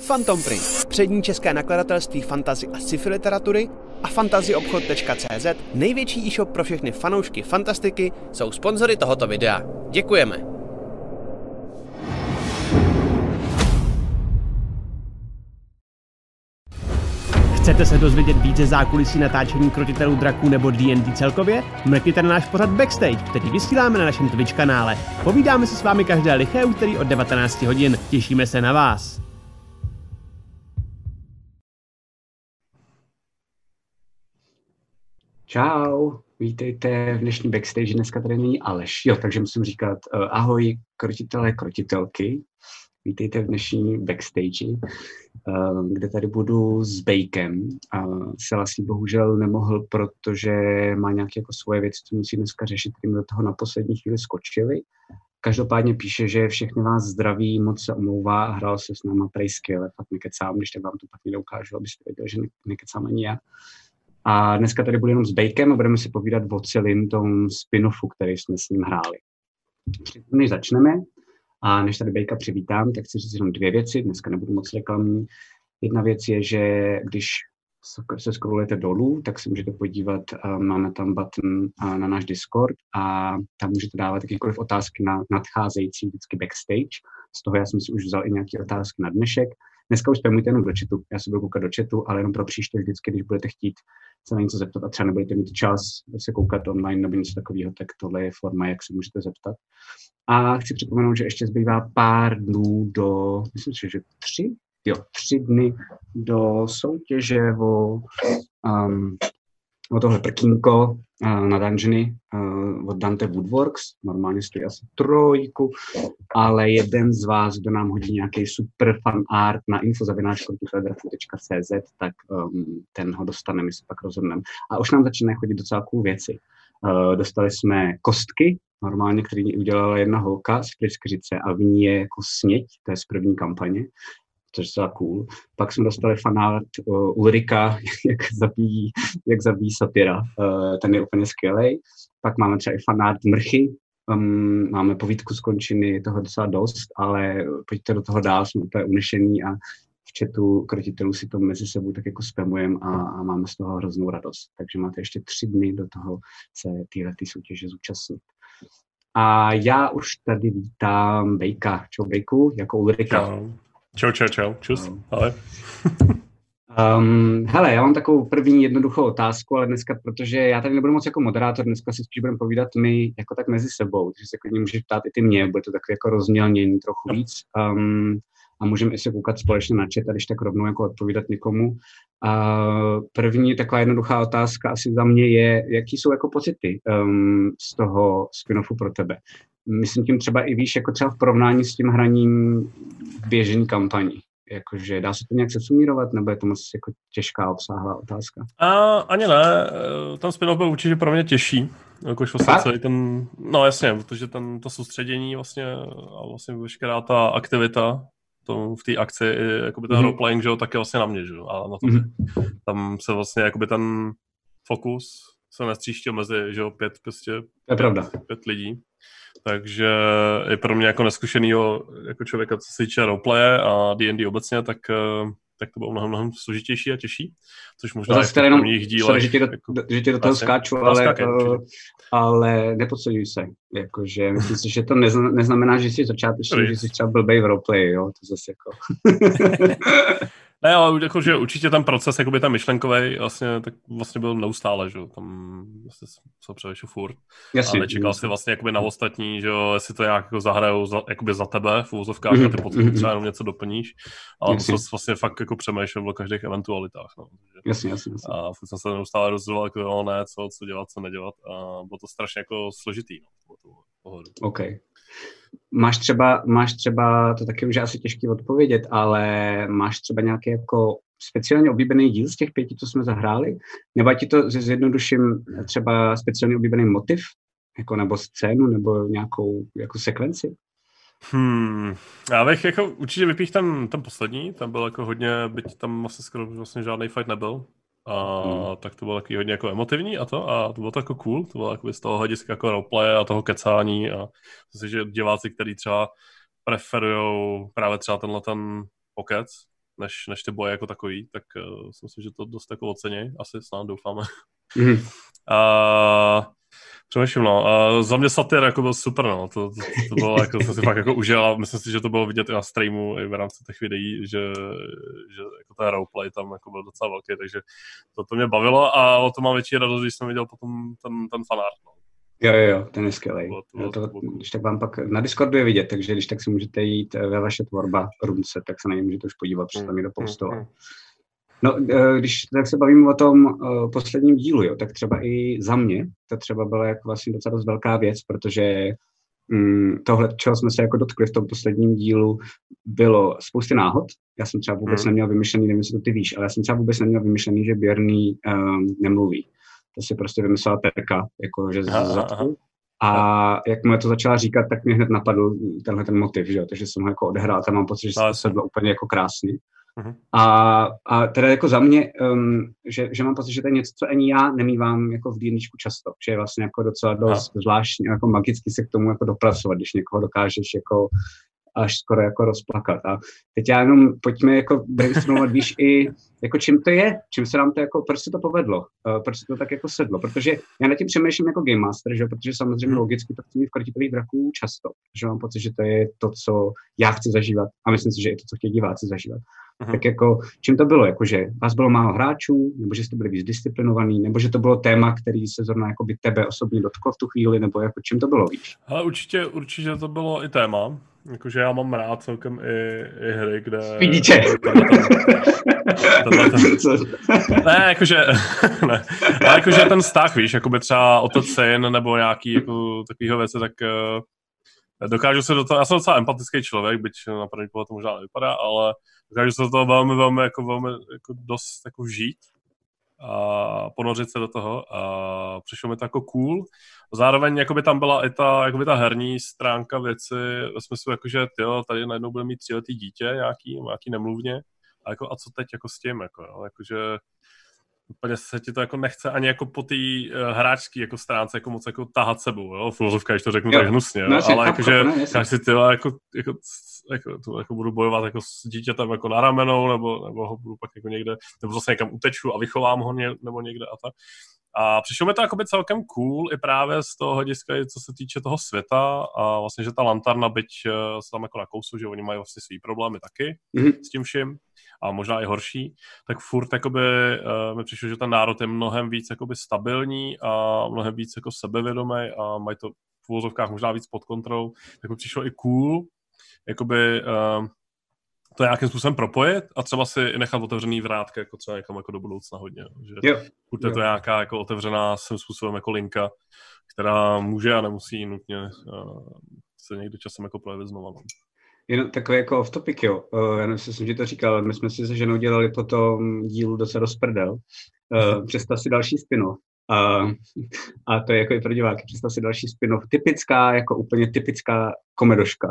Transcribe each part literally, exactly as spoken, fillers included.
Phantom Print, přední české nakladatelství fantasy a sci-fi literatury, a fantasyobchod tečka cé zet, největší e-shop pro všechny fanoušky fantastiky, jsou sponzory tohoto videa. Děkujeme. Chcete se dozvědět více zákulisí natáčení Krotitelů draků nebo D and D celkově? Mrkněte na náš pořad Backstage, který vysíláme na našem Twitch kanále. Povídáme se s vámi každé liché úterý od devatenáct hodin. Těšíme se na vás. Čau, vítejte v dnešní Backstage. Dneska tady není Aleš. Jo, takže musím říkat uh, ahoj krotitelé, krotitelky. Vítejte v dnešní Backstage, uh, kde tady budu s Bejkem. Uh, Selassie bohužel nemohl, protože má nějaké jako svoje věci, co musí dneska řešit, kterým do toho na poslední chvíli skočili. Každopádně píše, že všechny vás zdraví, moc se omlouvá a hrál se s náma prej skvěle. Fakt nekecám, když tak vám to pak někde ukážu, abyste věděli, že nekecám ani já. A dneska tady budu jenom s Bejkem a budeme si povídat o celém tom spin-offu, který jsme s ním hráli. Než začneme, a než tady Bejka přivítám, tak chci říct jenom dvě věci, dneska nebudu moc reklamní. Jedna věc je, že když se scrollujete dolů, tak si můžete podívat, máme tam button na náš Discord a tam můžete dávat jakýkoliv otázky na nadcházející vždycky Backstage. Z toho já jsem si už vzal i nějaké otázky na dnešek. Dneska už spamujte jenom do chatu, já se budu koukat do chatu, ale jenom pro příště vždycky, když budete chtít se na něco zeptat a třeba nebudete mít čas se koukat online nebo něco takového, tak tohle je forma, jak se můžete zeptat. A chci připomenout, že ještě zbývá pár dnů do, myslím si, že tři, jo, tři dny do soutěže o, um, o tohle prkínko uh, na dungeony uh, od Dante Woodworks. Normálně stojí asi trojku, ale jeden z vás, kdo nám hodí nějaký super fan art na info zavináč krotitelé draků tečka cé zet, tak um, ten ho dostane, my se pak rozhodneme. A už nám začínají chodit docela cool věci. Uh, dostali jsme kostky, normálně, který udělala jedna holka z Pryskyřice a v ní je jako sněť, to je z první kampaně, což je docela cool. Pak jsme dostali fanart uh, Ulrika, jak zabíjí, jak zabíjí satyra, uh, ten je úplně skvělej. Pak máme třeba i fanart Mrchy, um, máme povídku z končiny, toho docela dost, ale pojďte do toho dál, jsme úplně unešený a v chatu krotitelů si to mezi sebou tak jako spamujeme a, a máme z toho hroznou radost. Takže máte ještě tři dny do toho se téhletý soutěže zúčastnit. A já už tady vítám Bejka. Čau Bejku, jako Ulrika. Čau. Čau, čau, čau. Čus. Ahoj. um, hele, já mám takovou první jednoduchou otázku, ale dneska, protože já tady nebudu moc jako moderátor, dneska si spíš budeme povídat my jako tak mezi sebou, takže se klidně můžeš ptát i ty mě, bude to takový jako rozmělnění trochu víc. Um, a můžeme i se koukat společně na chat a když tak rovnou jako odpovídat někomu. Uh, první taková jednoduchá otázka asi za mě je, jaký jsou jako pocity um, z toho spin-offu pro tebe. Myslím tím třeba i víš, jako třeba v porovnání s tím hraním běžení kampaní. Jakože dá se to nějak sesumírovat, nebo je to moc jako těžká, obsáhlá otázka? A, ani ne, ten spin-off byl určitě pro mě těžší. Jakož vlastně celý ten, no jasně, protože ten, to soustředění vlastně a vlastně veškerá ta aktivita to v té akci, jakoby ten mm-hmm. roleplaying, že jo, tak je vlastně na mě, že jo, a na to, mm-hmm. tam se vlastně jakoby ten fokus se nestříštil mezi, že jo, pět, prostě, pět, pět lidí. Takže i pro mě jako neskušenýho jako člověka, co se týče roleplaye a D and D obecně, tak, tak to bylo mnohem, mnohem složitější a těžší, což možná no, je v prvních dílech. Že ti do, jako, do, že ti do toho vlastně, skáču, ale, skákej, uh, ale nepodceňuj se. Jakože myslím si, že to nezna, neznamená, že jsi začátečný, že jsi třeba blbej v roleplay, jo, to zase jako... Ne, ale jakože určitě ten proces, jakoby ten myšlenkový, vlastně, tak vlastně byl neustále, že jo, tam vlastně se převěšil furt. Jasně, a nečekal jasně. si vlastně jakoby na ostatní, že jo, jestli to nějak jako zahrajou za, jakoby za tebe v úvozovkách mm-hmm. a ty potom třeba jenom něco doplníš, ale musel jsi vlastně fakt jako přemýšlel o každých eventualitách, no. Jasně, jasně, jasně. A furt jsem se neustále rozhodoval, jako jo, ne, co, co dělat, co nedělat a bylo to strašně jako složitý, no, tu pohodu. OK. Máš třeba, máš třeba, to taky už je asi těžký odpovědět, ale máš třeba nějaký jako speciálně oblíbený díl z těch pěti, co jsme zahráli? Nebo ti to zjednoduším třeba speciálně oblíbený motiv, jako nebo scénu, nebo nějakou jako sekvenci? Hmm, já bych jako určitě vypích ten, ten poslední, tam byl jako hodně, byť tam vlastně skoro vlastně žádný fight nebyl. A hmm. tak to bylo taky hodně jako emotivní a to, a to bylo to jako cool, to bylo jako z toho hlediska jako roleplay a toho kecání a myslím, že diváci, kteří třeba preferujou právě třeba tenhle ten pokec, než, než ty boje jako takový, tak uh, si myslím, že to dost jako oceněj, asi snad doufáme. Mm. Uh, Přemýšlím, no. Uh, za mě Satyr jako byl super, no. To, to, to bylo, jako, jsem si fakt jako užil a myslím si, že to bylo vidět i na streamu, i v rámci těch videí, že, že jako ten roleplay tam jako byl docela velký, takže to, to mě bavilo a o to mám větší radost, když jsem viděl potom ten, ten fanart, no. Jo, jo, jo, ten je skvělej. To, to, to, to, když tak vám pak na Discordu je vidět, takže když tak si můžete jít ve vaše tvorba Runce, tak se na ně můžete už podívat, protože tam někdo postoval. No, když tak se bavíme o tom uh, posledním dílu, jo, tak třeba i za mě to třeba byla jako vlastně docela dost velká věc, protože um, tohle, čeho jsme se jako dotkli v tom posledním dílu, bylo spousty náhod. Já jsem třeba vůbec mm. neměl vymyšlený, nevím, jestli to ty víš, ale já jsem třeba vůbec neměl vymyšlený, že Björný um, nemluví. To si prostě vymyslela Terka, jako že z zadku. A jak mu to začala říkat, tak mě hned napadl tenhle ten motiv, že jo, takže jsem ho jako odehrál, tam mám pocit, že se to sedlo úplně jako krásně. Uh-huh. A, a teda jako za mě, um, že, že mám pocit, že to je něco, co ani já nemývám jako v D&Dčku často, že je vlastně jako docela dost uh-huh. zvláštní, jako magicky se k tomu jako dopracovat, když někoho dokážeš jako až skoro jako rozplakat. A teď já jenom pojďme jako brainstormovat, víš, i jako čím to je, čím se nám to jako, proč se to povedlo, uh, proč se to tak jako sedlo, protože já na tím přemýšlím jako Game Master, že? Protože samozřejmě hmm. logicky to chci mít v Krotitelích draků často, že mám pocit, že to je to, co já chci zažívat a myslím si, že je to, co chtějí diváci zažívat. Hmm. Tak jako, čím to bylo, jakože vás bylo málo hráčů, nebo že jste byli víc disciplinovaný, nebo že to bylo téma, který se zrovna jako by tebe osobně dotklo v tu chvíli, nebo jako čím to bylo, víš? Ale určitě, určitě to bylo i téma. Jakože já mám rád celkem i, i hry, kde... Vidíte. Ne, jakože... ne. Ale jakože ten vztah, víš, jakoby třeba Otec syn nebo nějaký jako takovýho věci, tak uh, dokážu se do toho... Já jsem docela empatický člověk, byť na první pohled to možná nevypadá, ale dokážu se do toho velmi, velmi, jako, velmi jako dost jako vžít a ponořit se do toho a přišlo mi to jako cool. Zároveň jakoby tam byla i ta, jakoby ta herní stránka věci ve smyslu, jakože tyjo, tady najednou bude mít tříletý dítě nějaký, nějaký nemluvně a, jako, a co teď jako s tím, jako, jo? Jakože úplně se ti to jako nechce ani jako po té uh, hráčské jako stránce jako moc jako tahat sebou, jo, filozofka, když to řeknu jo. tak hnusně, jo? No, ale jakožekáž si tyjo, jako, jako, jako, to, jako budu bojovat jako s dítětem jako na ramenou, nebo, nebo ho budu pak jako někde, nebo zase někam uteču a vychovám ho ně, nebo někde a tak. A přišlo mi to jakoby celkem cool i právě z toho hlediska, co se týče toho světa a vlastně, že ta lantarna, byť se tam jako nakousu, že oni mají vlastně svý problémy taky mm-hmm. s tím vším a možná i horší, tak furt jakoby uh, mi přišlo, že ten národ je mnohem víc jakoby stabilní a mnohem víc jako sebevědomý a mají to v uvozovkách možná víc pod kontrolou, tak mi přišlo i cool, jakoby uh, to nějakým způsobem propojit a třeba si nechat otevřený vrátka jako třeba někam jako do budoucna hodně. Že jo, je to nějaká jako otevřená svým způsobem jako linka, která může a nemusí nutně uh, se někdy časem jako projevit znova. Jenom takový jako off topic, jo. Uh, já myslím, že to říkal, my jsme si se ženou dělali po tom dílu docela dost prdel. Uh, představ si další spin-off. Uh, a to je jako i pro diváky, představ si další spin-off. Typická, jako úplně typická komedoška.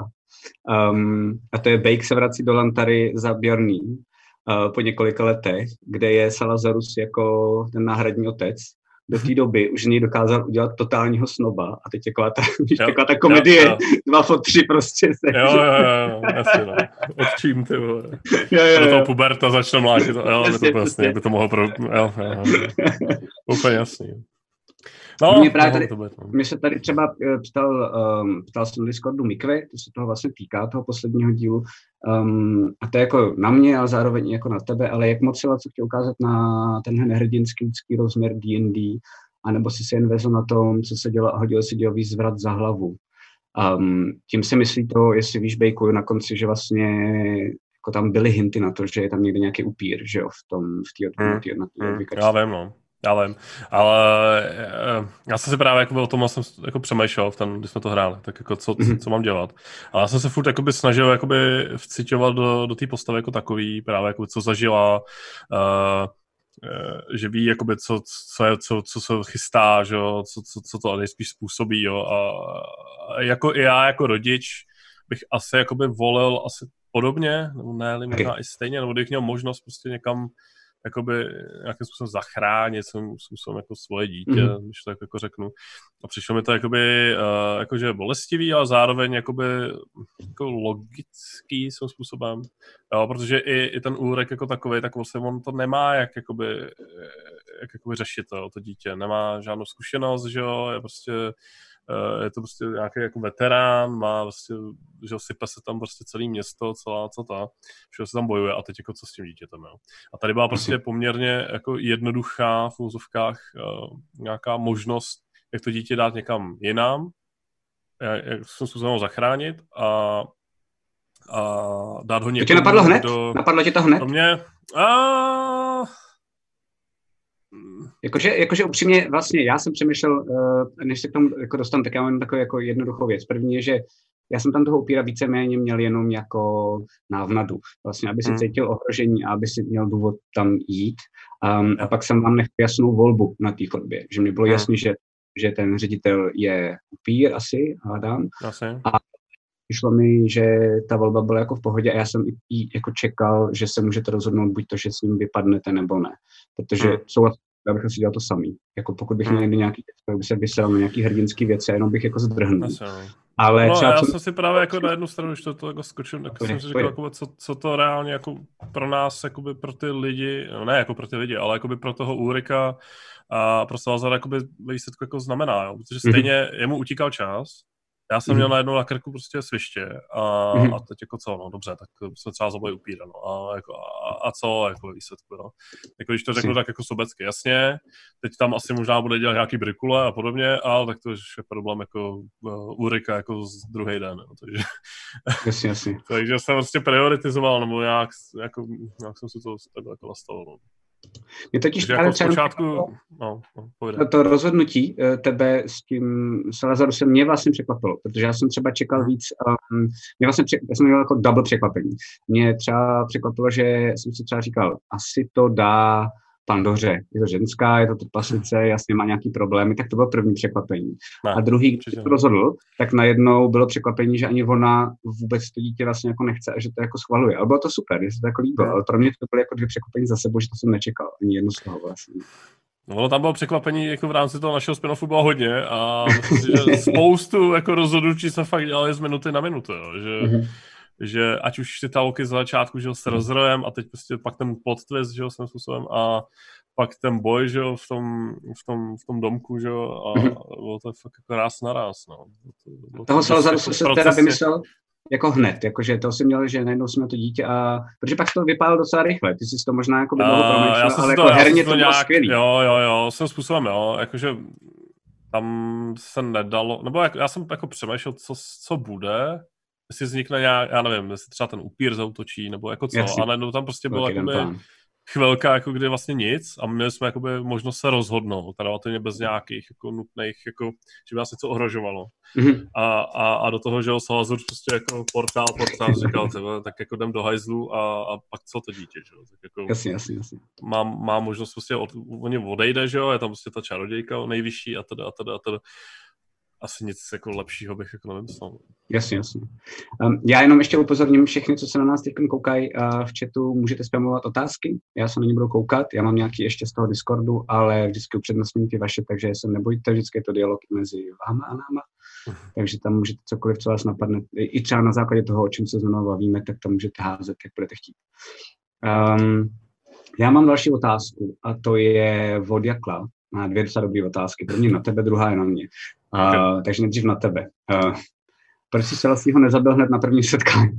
Um, a to je Bake se vrací do Lantary za Björným uh, po několika letech, kde je Salazarus jako ten náhradní otec. Do té doby už z něj dokázal udělat totálního snoba a teď taková ta, víš, taková ta komedie, jo, jo. dva po tři prostě. Se, jo, jo, jo, jasně, no. Odčím, ty vole. Jo, jo, do toho puberta začne mlátit, jo, jasně, to vlastně, by to mohlo pro... Jo, jo, jo. Úplně jasný. No, mě, právě tady, mě se tady třeba ptal, um, ptal jsem na Discordu Mikve, to se toho vlastně týká, toho posledního dílu, um, a to je jako na mě, ale zároveň i jako na tebe, ale jak moc co chtěl ukázat na tenhle nehrdinský lidský rozměr D and D, anebo si se jen vezl na tom, co se dělo a hodil si dělový zvrat za hlavu. Um, tím se myslí to, jestli víš, Bejku, na konci, že vlastně jako tam byly hinty na to, že je tam někde nějaký upír, že jo, v tom, v té odvětě. Hmm. Hmm. Já vím, no. Já vím, ale já jsem si právě jako o tom jsem jako přemýšlel, v ten, když jsme to hráli, tak jako co, mm-hmm. co mám dělat. Ale já jsem se furt jakoby snažil jakoby vciťovat do, do té postavy jako takový, právě jako co zažila, uh, uh, že ví jakoby co, co, je, co, co se chystá, že jo, co, co, co to nejspíš způsobí, jo, a, a jako i já jako rodič bych asi jakoby volil asi podobně, nebo ne, možná i stejně, nebo kdybych měl možnost prostě někam jakoby nějakým způsobem zachránit svým způsobem jako svoje dítě, mm-hmm. když to tak jako řeknu. A přišlo mi to jakoby, uh, jakože bolestivý, ale zároveň jakoby jako logický svým způsobem. Jo, protože i, i ten úrek jako takový, tak vlastně on to nemá jak jakoby, jak jakoby řešit to, to dítě. Nemá žádnou zkušenost, že jo, je prostě je to prostě nějaký jako veterán, má prostě, že sype se tam prostě celé město, celá co ta, že se tam bojuje a teď jako co s tím dítětem, jo. A tady byla prostě poměrně jako jednoduchá v úzovkách uh, nějaká možnost, jak to dítě dát někam jinam, jak jsem způsobem zachránit a, a dát ho někomu. To tě napadlo hned? Do, napadlo tě to hned? Do mě, a... Jakože, jakože upřímně vlastně já jsem přemýšlel, než se k tomu jako dostanu, tak já mám takovou jako jednoduchou věc. První je, že já jsem tam toho upíra víceméně měl jenom jako návnadu. Vlastně, aby si hmm. cítil ohrožení a aby si měl důvod tam jít. Um, a pak jsem vám nechal jasnou volbu na té chodbě. Že mi bylo hmm. jasný, že, že ten ředitel je upír asi, hádám. Asi. A vyšlo mi, že ta volba byla jako v pohodě a já jsem i jako čekal, že se můžete rozhodnout buď to, že s ním vypadnete, nebo ne. Protože hmm. jsou, já bych si dělal to samý. Jako pokud bych hmm. měl nějaký, tak by se vysel na nějaký hrdinský věci a jenom bych jako zdrhnul. Ale no, třeba já co... jsem si právě jako na jednu stranu, když to, to jako skočím, tak jsem si říkal, jako, co, co to reálně jako pro nás, jakoby pro ty lidi, no ne jako pro ty lidi, ale jakoby pro toho Úrika a pro Salazara jakoby výsledku jako znamená, jo? Protože stejně mm-hmm. jemu utíkal čas. Já jsem mm-hmm. měl najednou na krku prostě sviště a, mm-hmm. a teď jako co, no dobře, tak jsme třeba zabili upíra, no a, jako, a, a co jako výsledku, no. Jako když to řeknu tak jako sobecky, jasně, teď tam asi možná bude dělat nějaký brikule a podobně, ale tak to je problém jako uh, Úrika jako z druhý den, no, takže... Jasně, jasně. Takže jsem prostě prioritizoval, nebo nějak, jako, nějak jsem si to takhle jako nastavil, no. Je totiž jako zpočátku, no, no, to rozhodnutí tebe s tím Salazaru se mě vlastně překvapilo, protože já jsem třeba čekal víc, um, mě vlastně přek, já jsem měl jako double překvapení. Mě třeba překvapilo, že jsem si třeba říkal, asi to dá Pandoře. Je to ženská, je to trpaslíce, jasně má nějaký problémy, tak to bylo první překvapení. Ne, a druhý, když to rozhodl, tak najednou bylo překvapení, že ani ona vůbec to dítě vlastně jako nechce a že to jako schvaluje. Ale bylo to super, že se to jako líbilo, ale pro mě to bylo jako dvě překvapení za sebou, že to jsem nečekal, ani jedno z toho vlastně. No, tam bylo překvapení, jako v rámci toho našeho spin-offu bylo hodně a myslím si, že spoustu jako rozhodnutí se fakt dělali z minuty na minutu, jo, že... Mm-hmm. že ať už ty talky z začátku, že jo, s rozrojem a teď prostě pak ten plot twist, že jo, svým způsobem a pak ten boj, že jo, v tom, v tom, v tom domku, že jo, a bylo to fakt jako ráz na ráz, no. To, to, toho Salazaru se teda vymyslel jako hned, jakože to si měl, že najednou jsme to dítě a... Protože pak to vypálilo docela rychle, ty jsi to možná jako by dlouho promýšlel, ale jako to, herně to, to bylo skvělý. Jo, jo, jo, svým způsobem, jo, jakože tam se nedalo, nebo jak, já jsem jako přemýšlel, co, co bude, jestli vznikne nějak, já nevím, jestli třeba ten upír zautočí, nebo jako co, Jasně. a najednou tam prostě bylo jakoby chvilka, jako kdy vlastně nic a měli jsme jakoby možnost se rozhodnout, relativně bez nějakých jako nutných, jako, že by nás něco ohrožovalo. Mm-hmm. A, a, a do toho, že ho Salazar prostě jako portál, portál, říkal, tebe, tak jako jdem do hajzlu a, a pak co to dítě, že jo. Tak jako jasně, jasně, jasně. Mám, mám možnost prostě, od, oni odejde, že jo, je tam prostě ta čarodějka nejvyšší a teda, a teda, a teda. Asi nic jako lepšího bych jako nevymyslel. Jasně, jasně. Um, já jenom ještě upozorním všechny, co se na nás teď koukají uh, v chatu, můžete spamovat otázky, já se na ně budu koukat, já mám nějaký ještě z toho Discordu, ale vždycky upřednostním ty vaše, takže se nebojte, vždycky je to dialog mezi váma a náma, uh-huh. takže tam můžete cokoliv, co vás napadne, i třeba na základě toho, o čem se znovu bavíme, tak tam můžete házet, jak budete chtít. Um, já mám další otázku a to je od Jakla. Má dvě docela dobré otázky. První na tebe, druhá je na mě. Uh, okay. Takže nejdřív na tebe. Uh, proč jsi se vlastně ho nezabil hned na první setkání?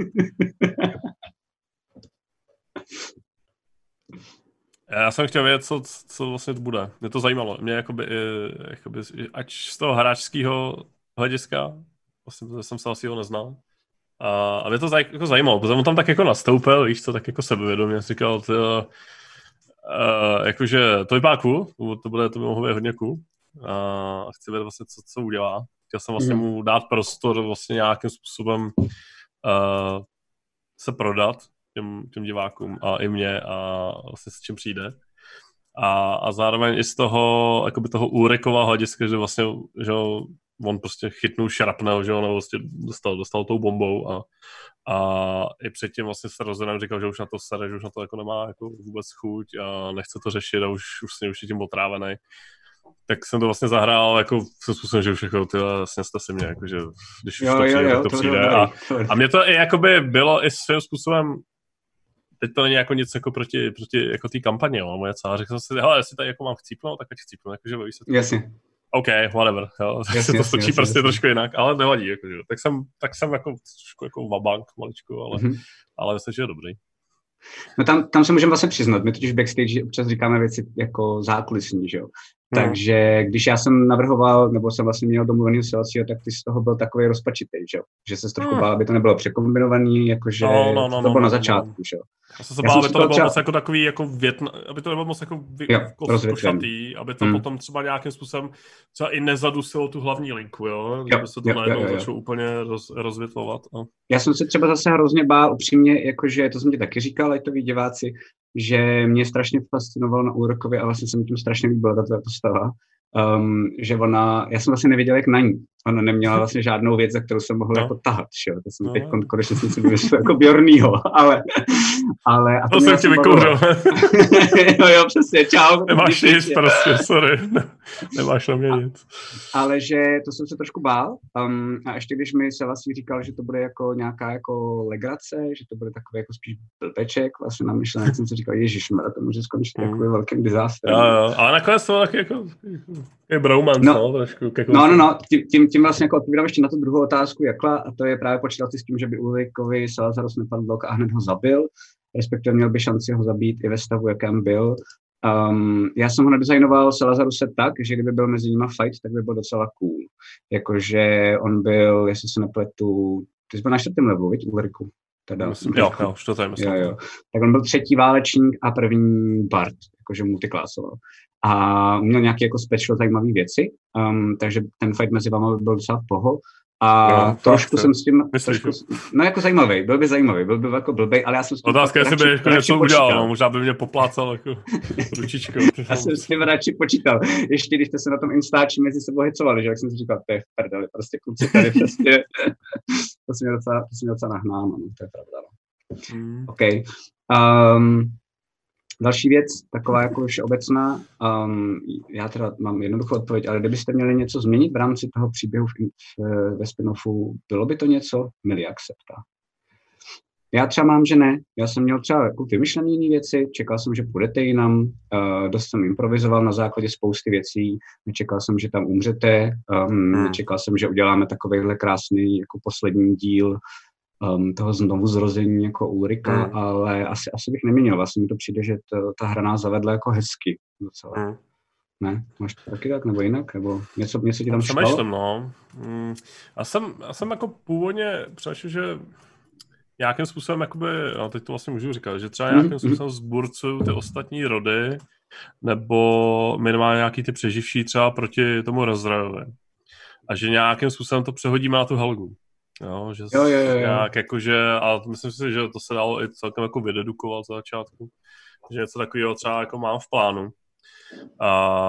Já jsem chtěl vědět, co, co vlastně to bude. Mě to zajímalo. Mě jakoby, jakoby ať z toho hráčského hlediska, vlastně jsem se asi ho neznal. A, a mě to zaj, jako zajímalo, protože on tam tak jako nastoupil, víš co, tak jako sebevědomě říkal, tyjo, Uh, jakože to vypadá cool, to bude, to by mohlo být hodně cool a chci vědět vlastně, co, co udělá. Chtěl jsem vlastně mm. mu dát prostor vlastně nějakým způsobem uh, se prodat těm, těm divákům a i mě a vlastně s čím přijde. A, a zároveň i z toho, jakoby toho Úrekova hlediska, že vlastně, že on prostě chytnul šrapnel, že on vlastně dostal, dostal tou bombou a, a i předtím vlastně se rozhodem říkal, že už na to sere, že už na to jako nemá jako vůbec chuť a nechce to řešit a už, už se už je tím otrávený. Tak jsem to vlastně zahrál jako v způsobem, že už jako ty vlastně jste si mě, jako, že když už jo, to přijde, jo, jo, tak to, to přijde. A, a mě to i jakoby bylo i svým způsobem, teď to není jako nic jako proti, proti jako té kampaně, jo, moje celá, řekl jsem si, hele, jestli tady jako mám chcípnout, tak ať chcípnu, jakože ve výsledku. Jasně. OK, whatever, jo, tak jasně, se to stočí jasně, prostě jasně. trošku jinak, ale nevadí, jakože. Tak jsem, tak jsem jako trošku jako vabank maličko, ale, mm-hmm. ale myslím, že je dobrý. No tam, tam se můžeme vlastně přiznat, my totiž backstage občas říkáme věci jako zákulisní, že jo. Hmm. Takže když já jsem navrhoval, nebo jsem vlastně měl domluvený Celesio, tak ty z toho byl takový rozpačitej, že jo. Že se trošku hmm. bál, aby to nebylo překombinovaný, jakože no, no, no, to bylo no, na no, začátku, no. že jo. Já jsem se bál, aby to nebylo třeba... moc jako takový, jako větna, aby to nebylo moc jako vy... jo, košatý, aby to hmm. potom třeba nějakým způsobem třeba i nezadusilo tu hlavní linku, jo. jo aby se to jo, najednou jo, jo. začalo úplně roz, rozvětlovat. A... Já jsem se třeba zase hrozně bál, upřímně, jakože, to jsem ti taky říkal, ať to ví diváci, že mě strašně fascinovalo na Úrokově a vlastně jsem tím strašně líbila ta tvoje postava. Um, že ona, já jsem vlastně nevěděl, jak na ní. Ona neměla vlastně žádnou věc, za kterou jsem mohl no. jako tahat, že jo. To jsem no. teď konečně jsem si vymyslel jako Bjornýho, ale... ale a to, to jsem ti vykouřil. jo, jo, přesně, čau. Nemáš nic, prostě, sorry. Nemáš na mě nic. Ale že to jsem se trošku bál. Um, a ještě když mi se vlastně říkal, že to bude jako nějaká jako legrace, že to bude takový jako spíš blbeček, vlastně namyšlený, jsem si říkal, ježišmarja, to může skončit mm. takový velkým disastrem. Jo, jo, ale nakonec to taky jako je bromance, no, no trošku. Jako no, no, no, tím, tím, tím vlastně jako odpovídám ještě na tu druhou otázku, jakla, a to je právě počítal si s tím, že by Ulrikovi Salazarus nepadl a hned ho zabil, respektive měl by šanci ho zabít i ve stavu, jakém byl. Um, já jsem ho nadizajnoval Salazaruse tak, že kdyby byl mezi nimi fight, tak by byl docela cool. Jakože on byl, jestli se nepletu, ty jsi byl na čtvrtém levelu, viď, Ulriku? Teda, myslím, jo, jo, už to tady myslím. Jo, jo. Tak on byl třetí válečník a první bard, jakože multiklásoval. A měl nějaké jako special zajímavé věci, um, takže ten fight mezi vámi byl docela v poho. A no, trošku jsem s tím, trošku, no jako zajímavý, byl by zajímavý, byl by jako blbej, ale já jsem s tím otázka, jestli by jako něco udělal, no, možná by mě poplácal jako ručičkou. Já jsem s tím radši počítal, ještě když jste se na tom Instači mezi sebou hecovali, že jak jsem si říkal, to je v prdeli, prostě kluci tady prostě, to se mě docela, to se mě docela nahnáno, no, to je pravda, no. Hmm. OK. Um, Další věc, taková jako už obecná, um, já teda mám jednoduchou odpověď, ale kdybyste měli něco změnit v rámci toho příběhu v, v, ve spin-offu, bylo by to něco? Miliak se ptá. Já třeba mám, že ne. Já jsem měl třeba jako vymyšlené jiné věci, čekal jsem, že půjdete jinam, uh, dost jsem improvizoval na základě spousty věcí, nečekal jsem, že tam umřete, um, hmm. nečekal jsem, že uděláme takovejhle krásný jako poslední díl Um, toho znovu zrození jako Ulrika, mm. ale asi, asi bych neměnil. Vlastně mi to přijde, že to, ta hra nás zavedla jako hezky docela. Mm. Ne? Máš to taky tak, nebo jinak? Nebo něco, něco ti tam šlo? Přemýšlím, no. Mm, já, jsem, já jsem jako původně přemýšlel, že nějakým způsobem, jakoby, no teď to vlastně můžu říkat, že třeba nějakým mm. způsobem zburcuju ty ostatní rody, nebo minimálně nějaký ty přeživší třeba proti tomu Razrajovi. A že nějakým způsobem to přehodíme na tu Helgu. Jo, že jo, jo, jo. nějak jakože, a myslím si, že to se dalo i celkem jako vydedukovat za začátku, že něco takového třeba jako mám v plánu. A,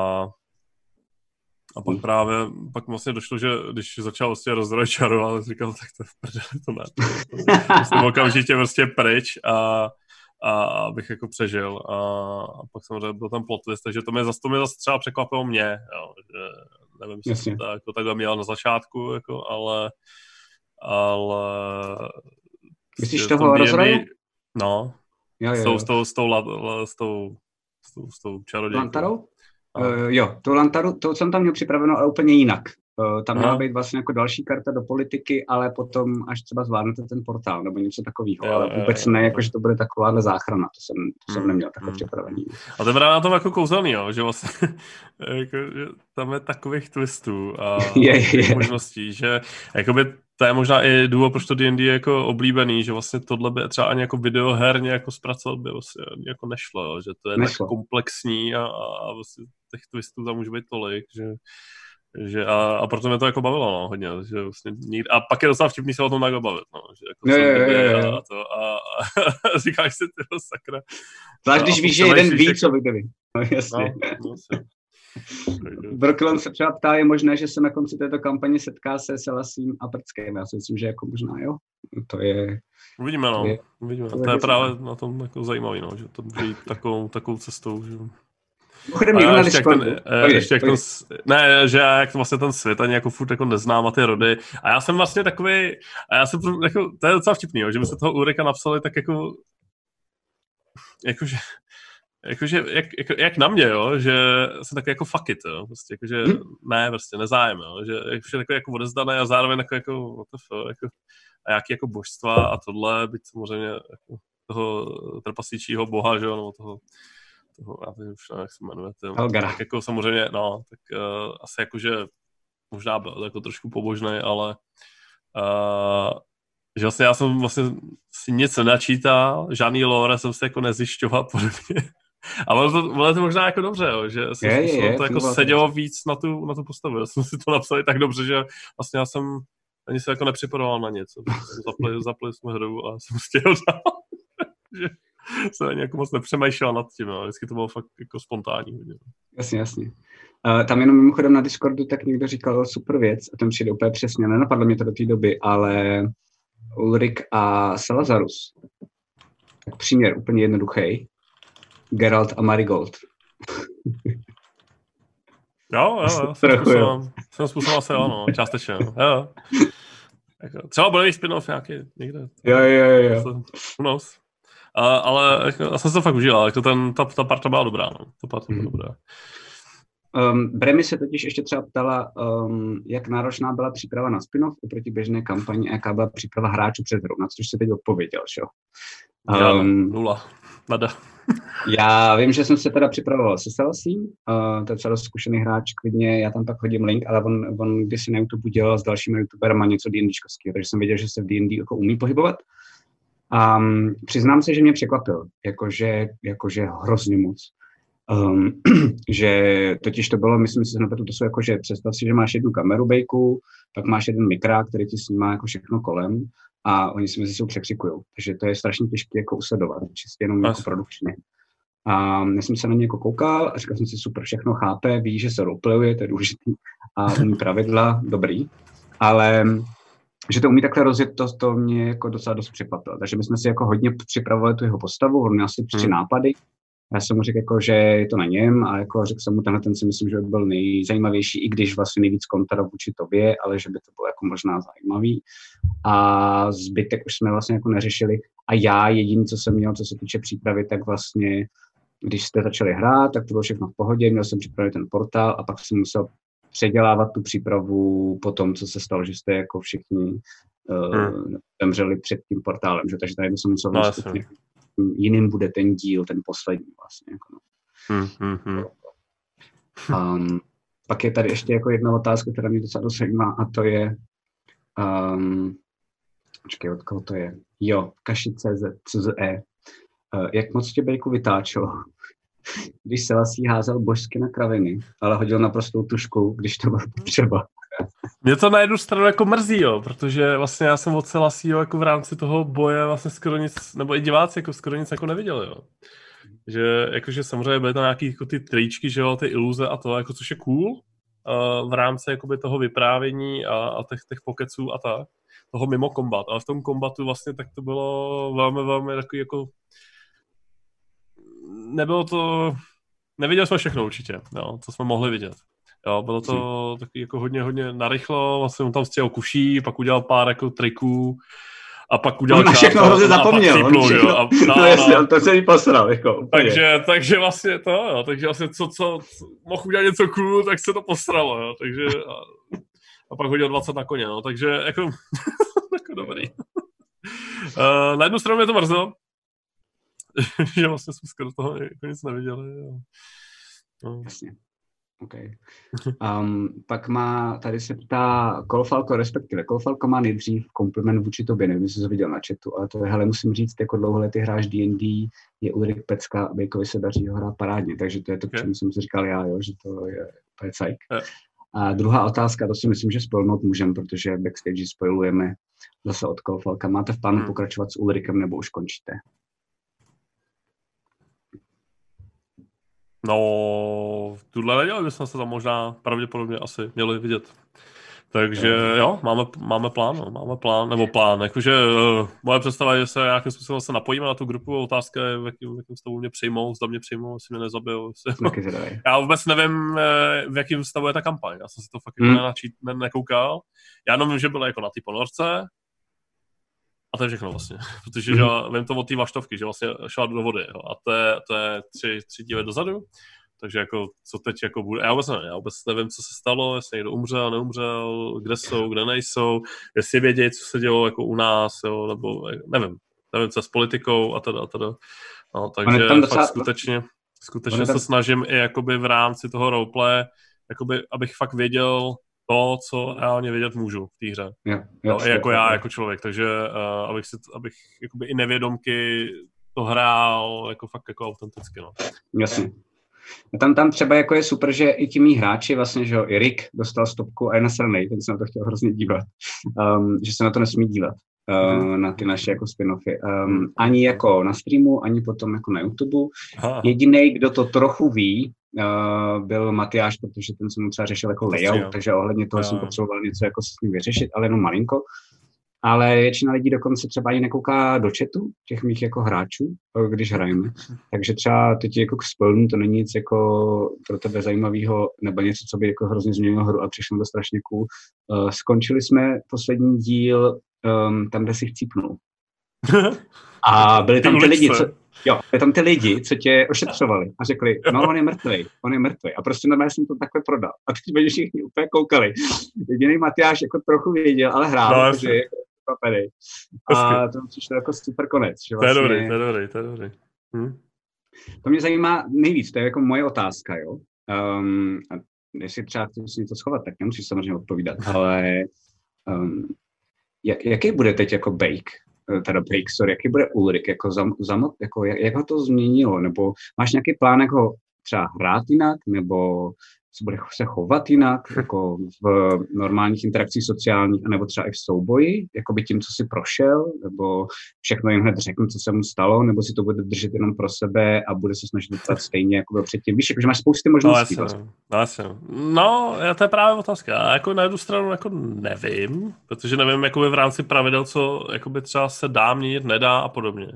a pak právě, pak vlastně došlo, že když začal vlastně rozdroj čaru, ale říkal, tak to v prdeli, to ne. To jsem okamžitě prostě pryč a, a abych jako přežil. A, a pak samozřejmě byl ten plot twist, takže to mě zase, to mě zase třeba překvapilo mě, jo, že nevím, jestli to jako takhle měl na začátku, jako, ale ale... Myslíš toho rozhraju? No. Jo, jo, s tou, jo. s tou, s tou, s tou, s tou, s tou čarodějkou. Lantarou? Uh, jo, tu Lantaru, to jsem tam měl připraveno, ale úplně jinak. Uh, tam měla být vlastně jako další karta do politiky, ale potom až třeba zvládnete ten portál, nebo něco takového, jo, ale vůbec jo, ne, jo. Jako, že to bude takováhle záchrana, to jsem, to jsem hmm. neměl takhle hmm. připravený. A to je na tom jako kouzelný, jo, že vlastně jako, že tam je takových twistů a je, je. možností, že jakoby to je možná i důvod, proč to D and D je jako oblíbený, že vlastně tohle by třeba ani jako videoherně jako zpracovat by vlastně jako nešlo, jo, že to je nešlo. Tak komplexní a, a vlastně těch twistů tam může být tolik, že, že a, a proto mě to jako bavilo, no, hodně, že vlastně nikdy, a pak je docela vtipný se o tom takhle bavit, no, že jako je, je, je, je. a to a, a říkáš si, tyho sakra. Zvlášť, když víš, že jeden ví, co vydaví. No, jasně. No, no, Brooklyn se třeba ptá, je možné, že se na konci této kampaně setká se Selasím a Prckem. Já si myslím, že jako možná jo. To je... Uvidíme, no. To je, Uvidíme. To, to je právě na tom jako zajímavý, no, že to může jít takovou, takovou cestou, že... Pochodem někdo na Discordu. Ještě jak ten, ne, že já jak vlastně ten svět ani jako furt jako neznám a ty rody. A já jsem vlastně takový, a já jsem jako, to je docela vtipný, jo, že my se toho Ulrika napsali tak jako, jakože, jakože, jak, jak, jak na mě, jo, že jsem takový jako fuck it, jo, prostě jakože, hmm. ne, prostě nezájem, jo, že je vše takový jako odezdaný a zároveň takový jako, what the fuck, jako, a jaký jako božstva a tohle, byť samozřejmě jako toho trpasíčího boha, že jo, nebo toho, toho, já teď už nevím, jak se jmenuje, tak jako samozřejmě, no, tak uh, asi jakože možná byl jako trošku pobožnej, ale uh, že vlastně já jsem vlastně si nic nenačítal, žádný lore jsem se jako nezjišťoval podobně. A bylo to, bylo to možná jako dobře, jo, že jsem je, je, je, to jako sedělo víc na tu, na tu postavu. Já jsem si to napsal tak dobře, že vlastně já jsem ani se jako nepřipravoval na něco. Zapli, zapli jsme hru a jsem stěl dál. Že jsem ani jako moc nepřemýšlel nad tím, jo. Vždycky to bylo fakt jako spontánní. Jasně, jasně. Uh, tam jenom mimochodem na Discordu tak někdo říkal super věc a tam přijde úplně přesně, nenapadlo mě to do té doby, ale Ulrik a Salazarus. Tak příměr úplně jednoduchý. Geralt a Marigold. Jo, jo, jo. Jsem způsobem, jsem způsobem asi jo, no, částečně, jo. jo. Jako, třeba bude spin-off nějaký někde. Jo, jo, jo. jo. Who knows. Uh, ale jako, já jsem se to fakt užil, jako ten, ta, ta parta byla dobrá, no. Ta parta byla mm. dobrá. Um, Bremy se totiž ještě třeba ptala, um, jak náročná byla příprava na spin-off oproti běžné kampani a jaká byla příprava hráčů před hrou, na což jsi teď odpověděl, že jo? Um, nula. Nada. Já vím, že jsem se teda připravoval se Selasím, uh, to je třeba dost zkušený hráč, klidně, já tam pak hodím link, ale on, on kdysi na YouTube dělal s dalšími youtuberama něco D&Dčkovského, takže jsem věděl, že se v D and D jako umí pohybovat. A um, přiznám se, že mě překvapil, jakože, jakože hrozně moc. Um, že totiž to bylo, myslím si, že to jsou jako, že představ si, že máš jednu kameru bejku, pak máš jeden mikrák, který ti snímá jako všechno kolem a oni si mezi sebou překřikujou. Takže to je strašně těžké jako usledovat, čistě jenom jako produkčně. A já jsem se na ně jako koukal a říkal jsem si, super, všechno chápe, ví, že se roleplayuje, to je důležitý a umí pravidla, dobrý, ale že to umí takhle rozjet, to, to mě jako docela dost překvapilo. Takže my jsme si jako hodně připravovali tu jeho postavu, on měl asi tři hmm. nápady. Já jsem mu řekl, jako, že je to na něm a jako řekl jsem mu, tenhle ten si myslím, že by byl nejzajímavější, i když vlastně nejvíc kontra vůči tobě, ale že by to bylo jako možná zajímavý. A zbytek už jsme vlastně jako neřešili. A já jediný, co jsem měl, co se týče přípravy, tak vlastně, když jste začali hrát, tak to bylo všechno v pohodě, měl jsem připravit ten portál a pak jsem musel předělávat tu přípravu po tom, co se stalo, že jste jako všichni uh, zemřeli před tím portálem, že? Takže tady jsem musel no, vystupně. Jiným bude ten díl, ten poslední vlastně. Jako no. hmm, hmm, hmm. Um, pak je tady ještě jako jedna otázka, která mě docela dost zajímá, a to je, um, počkej, od koho to je? Jo, Kaši.cz, C Z E. Uh, jak moc tě Bejku vytáčelo, když Selassie házel božsky na kraviny, ale hodil naprostou tušku, když to bylo potřeba. Mě to na jednu stranu jako mrzí, jo, protože vlastně já jsem od Selassieho jako v rámci toho boje vlastně skoro nic, nebo i diváci jako skoro nic jako neviděli, jo. Že jakože samozřejmě byly tam nějaký jako ty tričky, že jo, ty iluze a to, jako což je cool uh, v rámci jakoby toho vyprávění a, a těch, těch pokeců a tak, toho mimo kombat, ale v tom kombatu vlastně tak to bylo velmi, velmi takový jako nebylo to, neviděli jsme všechno určitě, jo, co jsme mohli vidět. Jo, bylo to taky jako hodně, hodně narychlo, vlastně on tam stěl kuší, pak udělal pár jako triků a pak udělal on na všechno hrozně zapomněl. Cípnul, všechno, jo, a, no, no, jasně, no. To se jí posral. Jako, takže, takže vlastně to, jo, takže vlastně co, co, mohl udělat něco cool, tak se to posralo, jo, takže a, a pak hodil dvacet na koně, no, takže jako, jako dobrý. Uh, na jednu stranu mě to mrzelo, že vlastně jsme skoro toho jako nic neviděli. Jo. No. Jasně. Okay. Um, pak má, tady se ptá Kolfalko, respektive Kolfalko má nejdřív kompliment vůči tobě, nevím, jestli jsi to viděl na chatu, ale to je, hele, musím říct, jako dlouholetý hráč D and D je Ulrik Pecka a Bejkovi se daří ho hrát parádně, takže to je to, k čemu jsem si říkal já, jo, že to je, to je cajk. A druhá otázka, to si myslím, že spojnout můžeme, protože backstage spojujeme zase od Kolfalka. Máte v plánu hmm. pokračovat s Ulrikem nebo už končíte? No, tuhle nedělali bychom se tam možná pravděpodobně asi měli vidět. Takže jo, máme, máme plán, no, máme plán, nebo plán, jakože uh, moje představa je, že se nějakým způsobem se napojíme na tu grupu, otázka je, v jakým, v jakým stavu mě přijmou, zda mě přijmou, jestli mě nezabil. Jestli... Já vůbec nevím, v jakým stavu je ta kampaň, já jsem si to fakt hmm. nenačít, ne, nekoukal. Já jenom vím, že byla jako na té ponorce a to je všechno vlastně, protože hmm. že, vím to od té vaštovky, že vlastně šla do vody jo, a to je, to je tři, tři díly dozadu. Takže jako, co teď jako bude, já vůbec nevím, já vůbec nevím, co se stalo, jestli někdo umřel, neumřel, kde jsou, kde nejsou, jestli vědějí, co se dělo jako u nás, jo, nebo nevím, nevím, co s politikou a teda, a teda. No, takže fakt docela... skutečně, skutečně tam... se snažím i jakoby v rámci toho roleplay, jakoby, abych fakt věděl to, co reálně vědět můžu v té hře. Jo, jo, no, jako já, jako člověk, takže uh, abych, si, abych jakoby i nevědomky to hrál jako fakt jako autenticky, no. Jasně. Tam, tam třeba jako je super, že i ti mý hráči vlastně, že jo, i Rick dostal stopku a je nasranej, ten se na to chtěl hrozně dívat, um, že se na to nesmí dívat, uh, mm. na ty naše jako spin-offy. Um, ani jako na streamu, ani potom jako na YouTube. Jedinej, kdo to trochu ví, uh, byl Matyáš, protože ten jsem třeba řešil jako layout, jo. takže ohledně toho jo. jsem potřeboval něco jako s tím vyřešit, ale jenom malinko. Ale většina lidí dokonce třeba ani nekouká do chatu těch mých jako hráčů, když hrajeme. Takže třeba teď jako k spolnu to není nic jako pro tebe zajímavého, nebo něco, co by jako hrozně změnilo hru a přišlo to strašně cool. Uh, skončili jsme poslední díl um, tam, kde si chcípnul. A byli tam ty lidi, co, jo, byli tam ty lidi, co tě ošetřovali a řekli, no on je mrtvej, on je mrtvej. A prostě normálně jsem to takhle prodal. A teď by všichni úplně koukali. Jediný Matyáš jako trochu věděl, ale hrál, no, že papedy. A to přišlo jako super konec. Že vlastně... To je dobrý, to je dobrý, to je dobrý. Hm? To mě zajímá nejvíc, to je jako moje otázka, jo. Um, a jestli třeba chceš něco schovat, tak nemusíš samozřejmě odpovídat, ale um, jak, jaký bude teď jako Bake, teda Bake, sorry, jaký bude Ulrik, jako, zam, zam, jako jak, jak ho to změnilo, nebo máš nějaký plán, jak ho třeba hrát jinak, nebo se bude se chovat jinak, jako v normálních interakcích sociálních, nebo třeba i v souboji, jako by tím, co si prošel, nebo všechno jim hned řeknu, co se mu stalo, nebo si to bude držet jenom pro sebe a bude se snažit vypadat stejně, jako byl předtím. Víš, jakože máš spousty možností. No, jasně, no, jasně. No, to je právě otázka. Já jako na jednu stranu jako nevím, protože nevím, jakoby v rámci pravidel, co jakoby třeba se dá měnit, nedá a podobně.